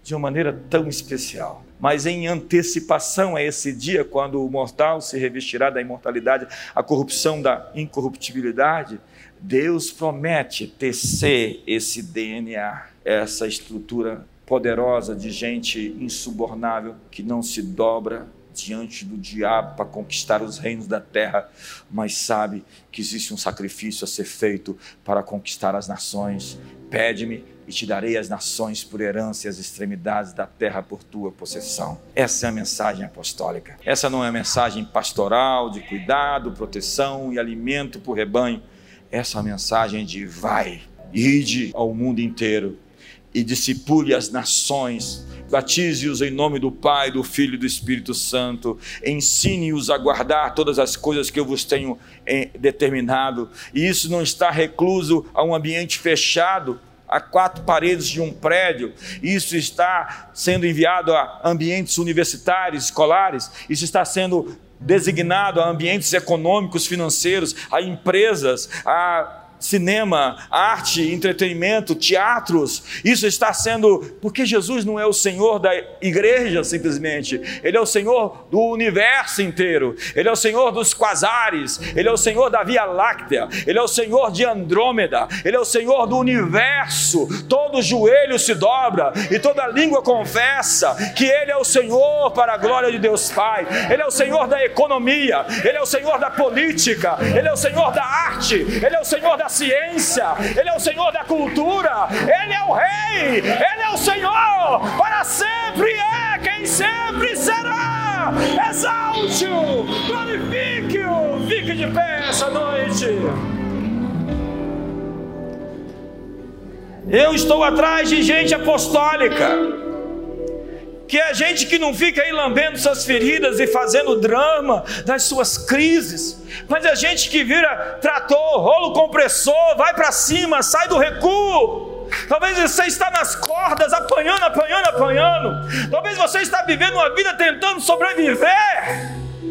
de uma maneira tão especial. Mas em antecipação a esse dia, quando o mortal se revestirá da imortalidade, a corrupção da incorruptibilidade, Deus promete tecer esse DNA, essa estrutura poderosa de gente insubornável que não se dobra diante do diabo para conquistar os reinos da terra, mas sabe que existe um sacrifício a ser feito para conquistar as nações. Pede-me e te darei as nações por herança e as extremidades da terra por tua possessão. Essa é a mensagem apostólica. Essa não é a mensagem pastoral de cuidado, proteção e alimento para o rebanho. Essa é a mensagem de vai, ide ao mundo inteiro e discipule as nações, batize-os em nome do Pai, do Filho e do Espírito Santo, ensine-os a guardar todas as coisas que eu vos tenho determinado. E isso não está recluso a um ambiente fechado, a 4 paredes de um prédio. Isso está sendo enviado a ambientes universitários, escolares. Isso está sendo designado a ambientes econômicos, financeiros, a empresas, a cinema, arte, entretenimento, teatros. Isso está sendo, porque Jesus não é o Senhor da igreja simplesmente, Ele é o Senhor do universo inteiro, Ele é o Senhor dos quasares, Ele é o Senhor da Via Láctea, Ele é o Senhor de Andrômeda, Ele é o Senhor do universo. Todo joelho se dobra e toda língua confessa que Ele é o Senhor para a glória de Deus Pai. Ele é o Senhor da economia, Ele é o Senhor da política, Ele é o Senhor da arte, Ele é o Senhor da ciência, Ele é o Senhor da cultura, Ele é o Rei, Ele é o Senhor, para sempre é quem sempre será. Exalte-o, glorifique-o, fique de pé essa noite. Eu estou atrás de gente apostólica, que é gente que não fica aí lambendo suas feridas e fazendo drama das suas crises, mas é gente que vira trator, rolo compressor, vai para cima, sai do recuo. Talvez você está nas cordas, apanhando. Talvez você está vivendo uma vida tentando sobreviver.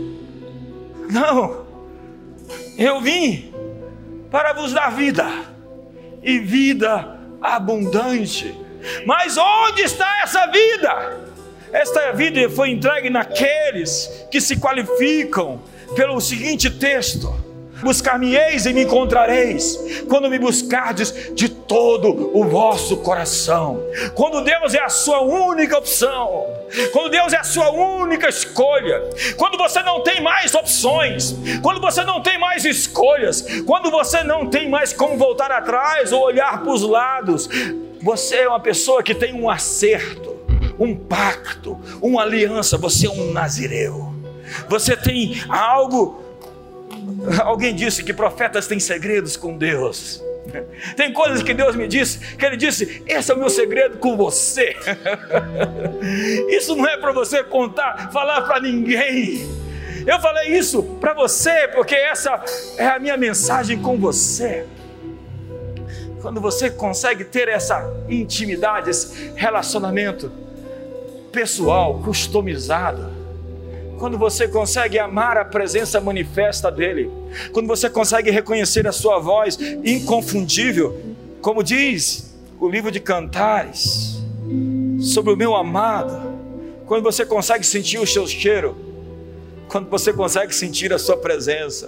Não, eu vim para vos dar vida, e vida abundante. Mas onde está essa vida? Esta vida foi entregue naqueles que se qualificam pelo seguinte texto: buscar-me-eis e me encontrareis, quando me buscardes de todo o vosso coração. Quando Deus é a sua única opção, quando Deus é a sua única escolha, quando você não tem mais opções, quando você não tem mais escolhas, quando você não tem mais como voltar atrás ou olhar para os lados, você é uma pessoa que tem um acerto, um pacto, uma aliança. Você é um nazireu, você tem algo. Alguém disse que profetas têm segredos com Deus. Tem coisas que Deus me disse, que Ele disse: esse é o meu segredo com você. Isso não é para você contar, falar para ninguém. Eu falei isso para você porque essa é a minha mensagem com você. Quando você consegue ter essa intimidade, esse relacionamento pessoal, customizado, quando você consegue amar a presença manifesta dEle, quando você consegue reconhecer a sua voz inconfundível, como diz o livro de Cantares, sobre o meu amado, quando você consegue sentir o seu cheiro, quando você consegue sentir a sua presença.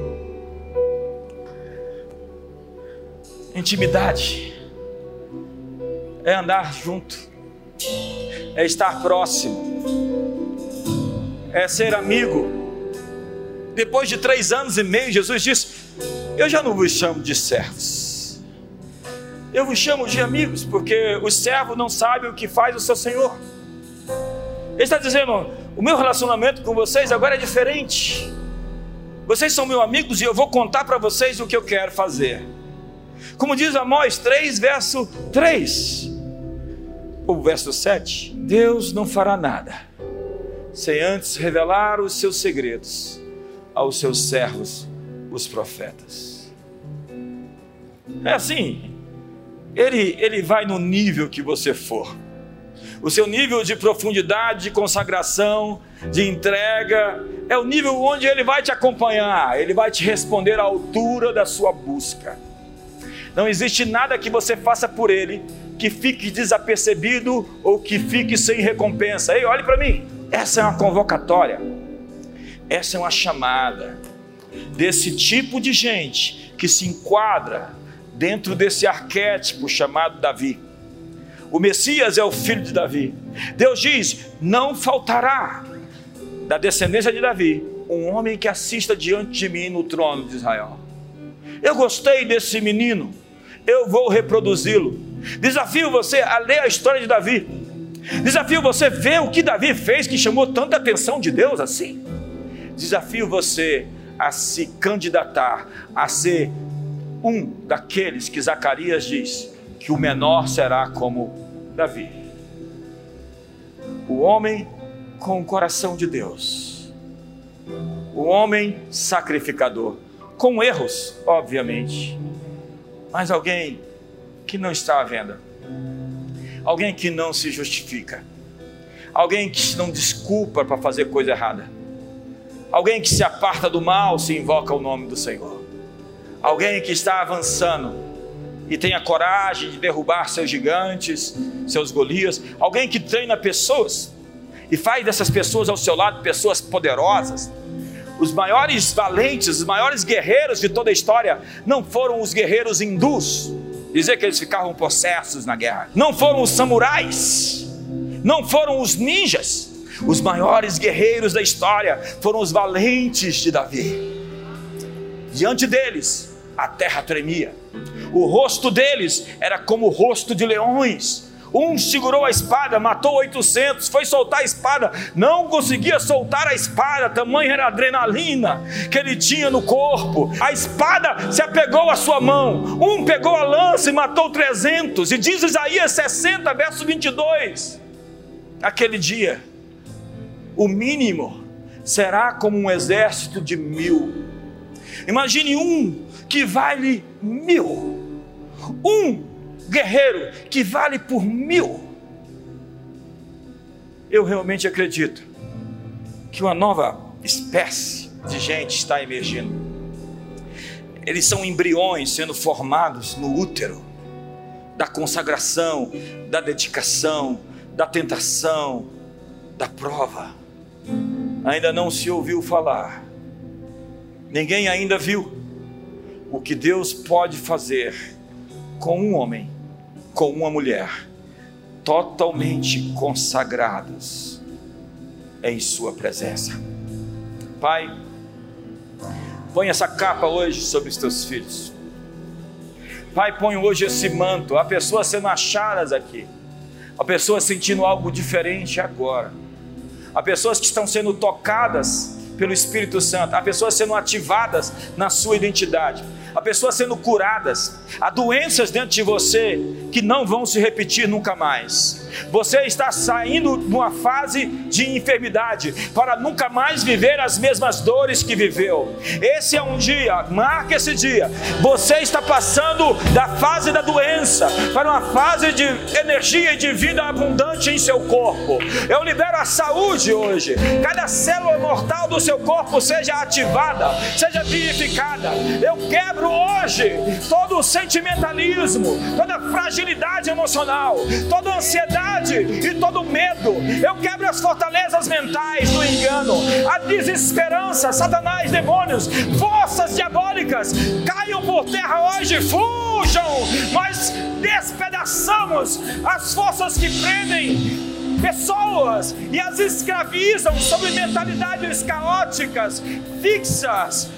Intimidade é andar junto, é estar próximo, é ser amigo. Depois de 3 anos e meio, Jesus disse: eu já não vos chamo de servos, eu vos chamo de amigos, porque o servo não sabe o que faz o seu senhor. Ele está dizendo: o meu relacionamento com vocês agora é diferente. Vocês são meus amigos e eu vou contar para vocês o que eu quero fazer. Como diz Amós 3, verso 3, ou verso 7, Deus não fará nada sem antes revelar os seus segredos aos seus servos, os profetas. É assim, Ele vai no nível que você for. O seu nível de profundidade, de consagração, de entrega, é o nível onde Ele vai te acompanhar. Ele vai te responder à altura da sua busca. Não existe nada que você faça por Ele que fique desapercebido ou que fique sem recompensa. Ei, olhe para mim, essa é uma convocatória, essa é uma chamada desse tipo de gente que se enquadra dentro desse arquétipo chamado Davi. O Messias é o filho de Davi. Deus diz: não faltará da descendência de Davi um homem que assista diante de mim no trono de Israel. Eu gostei desse menino, eu vou reproduzi-lo. Desafio você a ler a história de Davi. Desafio você a ver o que Davi fez que chamou tanta atenção de Deus assim. Desafio você a se candidatar a ser um daqueles que Zacarias diz que o menor será como Davi. O homem com o coração de Deus, o homem sacrificador, com erros, obviamente, mas alguém que não está à venda, alguém que não se justifica, alguém que não desculpa para fazer coisa errada, alguém que se aparta do mal se invoca o nome do Senhor, alguém que está avançando e tem a coragem de derrubar seus gigantes, seus Golias, alguém que treina pessoas e faz dessas pessoas ao seu lado pessoas poderosas. Os maiores valentes, os maiores guerreiros de toda a história não foram os guerreiros hindus, dizer que eles ficavam possessos na guerra, não foram os samurais, não foram os ninjas. Os maiores guerreiros da história foram os valentes de Davi. Diante deles a terra tremia, o rosto deles era como o rosto de leões. Um segurou a espada, matou 800, foi soltar a espada, não conseguia soltar a espada, tamanha era a adrenalina que ele tinha no corpo. A espada se apegou à sua mão, um pegou a lança e matou 300, e diz Isaías 60, verso 22, naquele dia, o mínimo será como um exército de 1000. Imagine um que vale 1000, um guerreiro que vale por 1000. Eu realmente acredito que uma nova espécie de gente está emergindo. Eles são embriões sendo formados no útero da consagração, da dedicação, da tentação, da prova. Ainda não se ouviu falar, ninguém ainda viu o que Deus pode fazer com um homem, com uma mulher, totalmente consagrados em sua presença. Pai, põe essa capa hoje sobre os teus filhos. Pai, põe hoje esse manto. Há pessoas sendo achadas aqui, há pessoas sentindo algo diferente agora, há pessoas que estão sendo tocadas pelo Espírito Santo, há pessoas sendo ativadas na sua identidade, há pessoas sendo curadas, há doenças dentro de você que não vão se repetir nunca mais. Você está saindo de uma fase de enfermidade para nunca mais viver as mesmas dores que viveu. Esse é um dia, marque esse dia. Você está passando da fase da doença para uma fase de energia e de vida abundante em seu corpo. Eu libero a saúde hoje. Cada célula mortal do seu corpo seja ativada, seja vivificada. Eu quebro hoje todo o sentimentalismo, toda fragilidade emocional, toda ansiedade e todo medo. Eu quebro as fortalezas mentais do engano, a desesperança, Satanás, demônios, forças diabólicas, caiam por terra hoje, fujam. Nós despedaçamos as forças que prendem pessoas e as escravizam sobre mentalidades caóticas, fixas,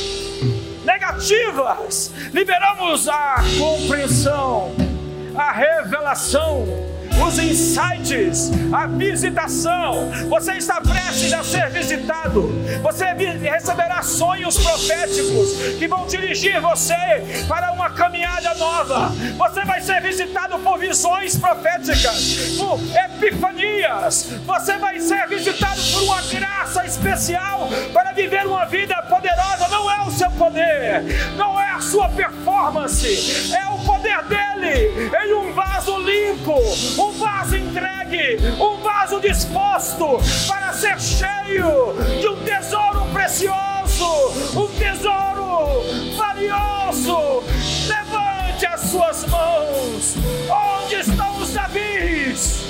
negativas. Liberamos a compreensão, a revelação, os insights, a visitação. Você está prestes a ser visitado. Você receberá sonhos proféticos que vão dirigir você para uma caminhada nova. Você vai ser visitado por visões proféticas, por epifanias. Você vai ser visitado por uma graça especial para viver uma vida poderosa. Não é o seu poder, não é a sua performance, é o poder dele em um vaso limpo, um vaso entregue, um vaso disposto para ser cheio de um tesouro precioso, um tesouro valioso. Levante levante as suas mãos. Onde estão os Davis?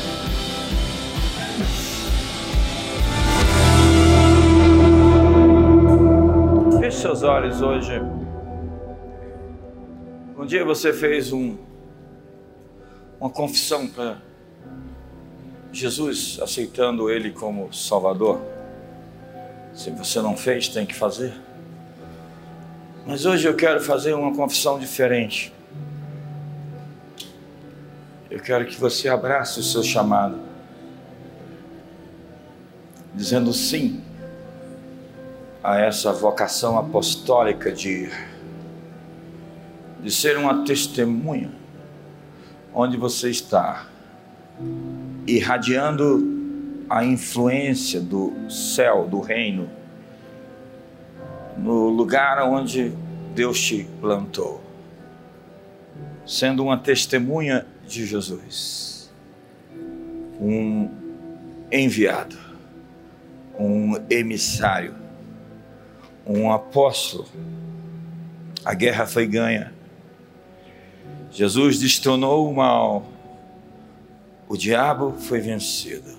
Feche seus olhos hoje. Um dia você fez uma confissão para Jesus, aceitando Ele como Salvador. Se você não fez, tem que fazer. Mas hoje eu quero fazer uma confissão diferente. Eu quero que você abrace o seu chamado, dizendo sim a essa vocação apostólica de ser uma testemunha onde você está, irradiando a influência do céu, do reino, no lugar onde Deus te plantou, sendo uma testemunha de Jesus, um enviado, um emissário, um apóstolo. A guerra foi ganha. Jesus destronou o mal. O diabo foi vencido.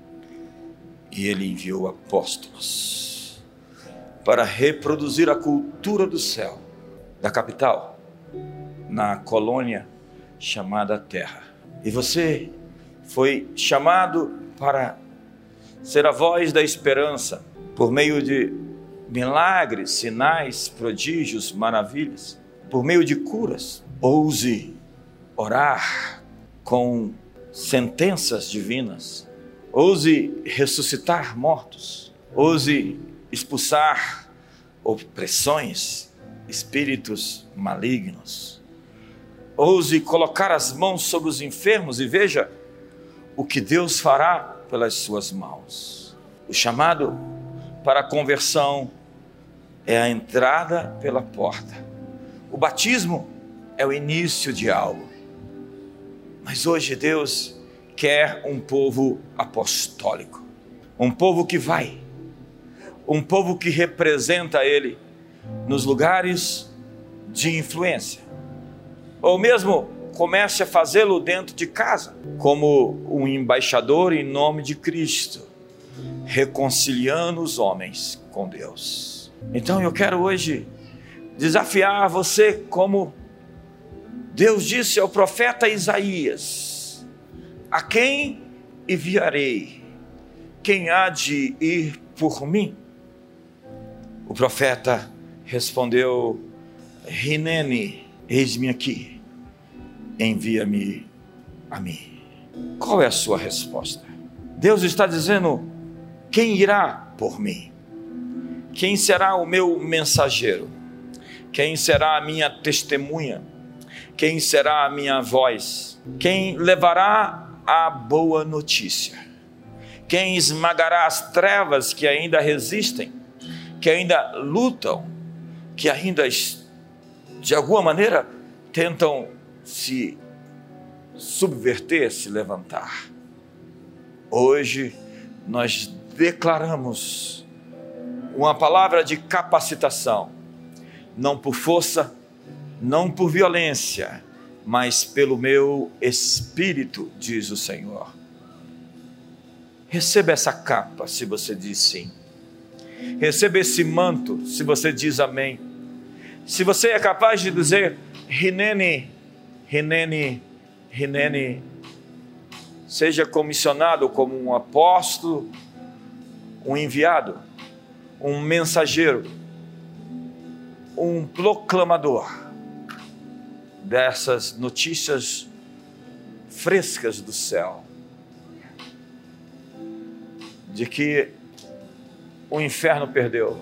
E ele enviou apóstolos para reproduzir a cultura do céu, da capital, na colônia chamada Terra. E você foi chamado para ser a voz da esperança por meio de milagres, sinais, prodígios, maravilhas, por meio de curas. Ouse orar com sentenças divinas. Ouse ressuscitar mortos. Ouse expulsar opressões, espíritos malignos. Ouse colocar as mãos sobre os enfermos e veja o que Deus fará pelas suas mãos. O chamado para a conversão é a entrada pela porta. O batismo é o início de algo. Mas hoje Deus quer um povo apostólico, um povo que vai, um povo que representa Ele nos lugares de influência, ou mesmo comece a fazê-lo dentro de casa, como um embaixador em nome de Cristo, reconciliando os homens com Deus. Então eu quero hoje desafiar você, como Deus disse ao profeta Isaías: a quem enviarei? Quem há de ir por mim? O profeta respondeu: Hineni, eis-me aqui, envia-me a mim. Qual é a sua resposta? Deus está dizendo: quem irá por mim? Quem será o meu mensageiro? Quem será a minha testemunha? Quem será a minha voz? Quem levará a boa notícia? Quem esmagará as trevas que ainda resistem, que ainda lutam, que ainda, de alguma maneira, tentam se subverter, se levantar? Hoje nós declaramos uma palavra de capacitação, não por força, não por violência, mas pelo meu Espírito, diz o Senhor. Receba essa capa, se você diz sim. Receba esse manto, se você diz amém. Se você é capaz de dizer Hineni, Hineni, Hineni, seja comissionado como um apóstolo, um enviado, um mensageiro, um proclamador dessas notícias frescas do céu, de que o inferno perdeu,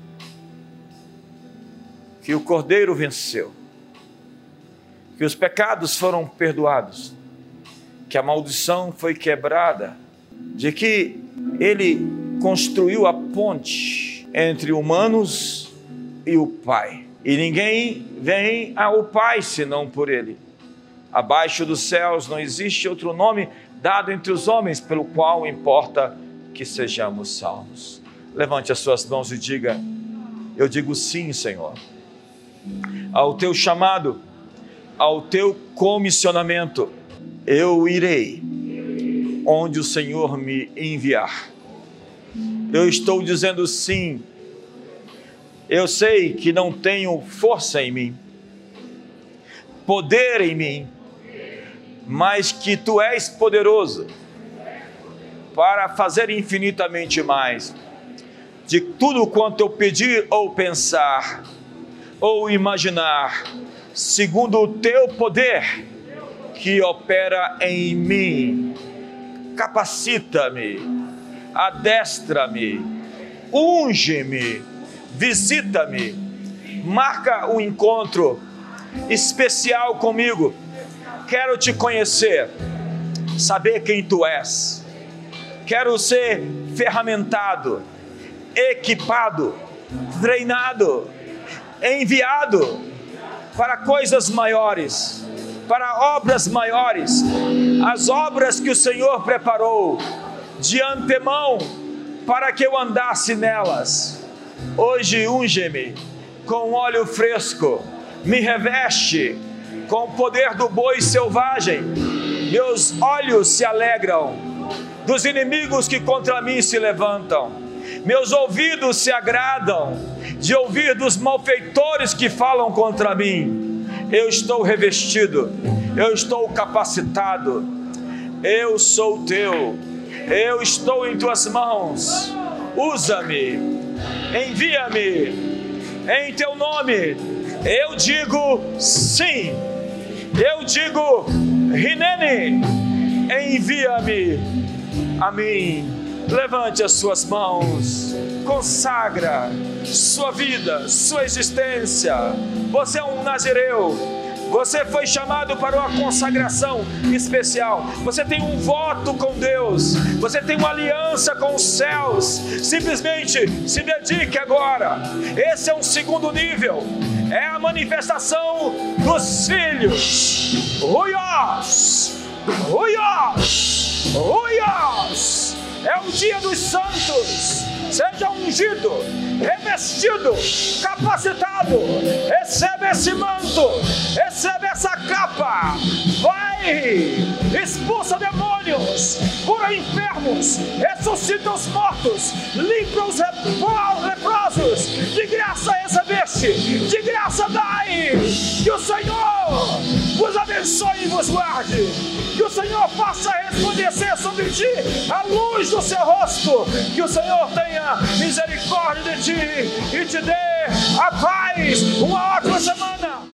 que o Cordeiro venceu, que os pecados foram perdoados, que a maldição foi quebrada, de que Ele construiu a ponte entre humanos e o Pai. E ninguém vem ao Pai senão por Ele. Abaixo dos céus não existe outro nome dado entre os homens pelo qual importa que sejamos salvos. Levante as suas mãos e diga: eu digo sim, Senhor, ao teu chamado ao teu comissionamento. Eu irei onde o Senhor me enviar. Eu estou dizendo sim. Eu sei que não tenho força em mim, poder em mim, mas que tu és poderoso para fazer infinitamente mais de tudo quanto eu pedir ou pensar ou imaginar, segundo o teu poder que opera em mim. Capacita-me, adestra-me, unge-me, visita-me, marca um encontro especial comigo. Quero te conhecer, saber quem tu és. Quero ser ferramentado, equipado, treinado, enviado para coisas maiores, para obras maiores, as obras que o Senhor preparou de antemão para que eu andasse nelas. Hoje unge-me com óleo fresco, me reveste com o poder do boi selvagem. Meus olhos se alegram dos inimigos que contra mim se levantam. Meus ouvidos se agradam de ouvir dos malfeitores que falam contra mim. Eu estou revestido, eu estou capacitado, eu sou teu, eu estou em tuas mãos. Usa-me, envia-me em teu nome. Eu digo sim, eu digo Hineni, envia-me a mim. Levante as suas mãos, consagra sua vida, sua existência. Você é um nazireu, você foi chamado para uma consagração especial, você tem um voto com Deus, você tem uma aliança com os céus. Simplesmente se dedique agora. Esse é um segundo nível, é a manifestação dos filhos. Ruiós, ruiós, ruiós. É o dia dos santos. Seja ungido, revestido, capacitado. Recebe esse manto, recebe essa capa. Vai, expulsa demônios, cura enfermos, ressuscita os mortos, limpa os leprosos. De graça recebeste, de graça dai. Que o Senhor vos abençoe e vos guarde. Que o Senhor faça resplandecer sobre ti a luz do seu rosto. Que o Senhor tenha misericórdia de ti e te dê a paz. Uma ótima semana.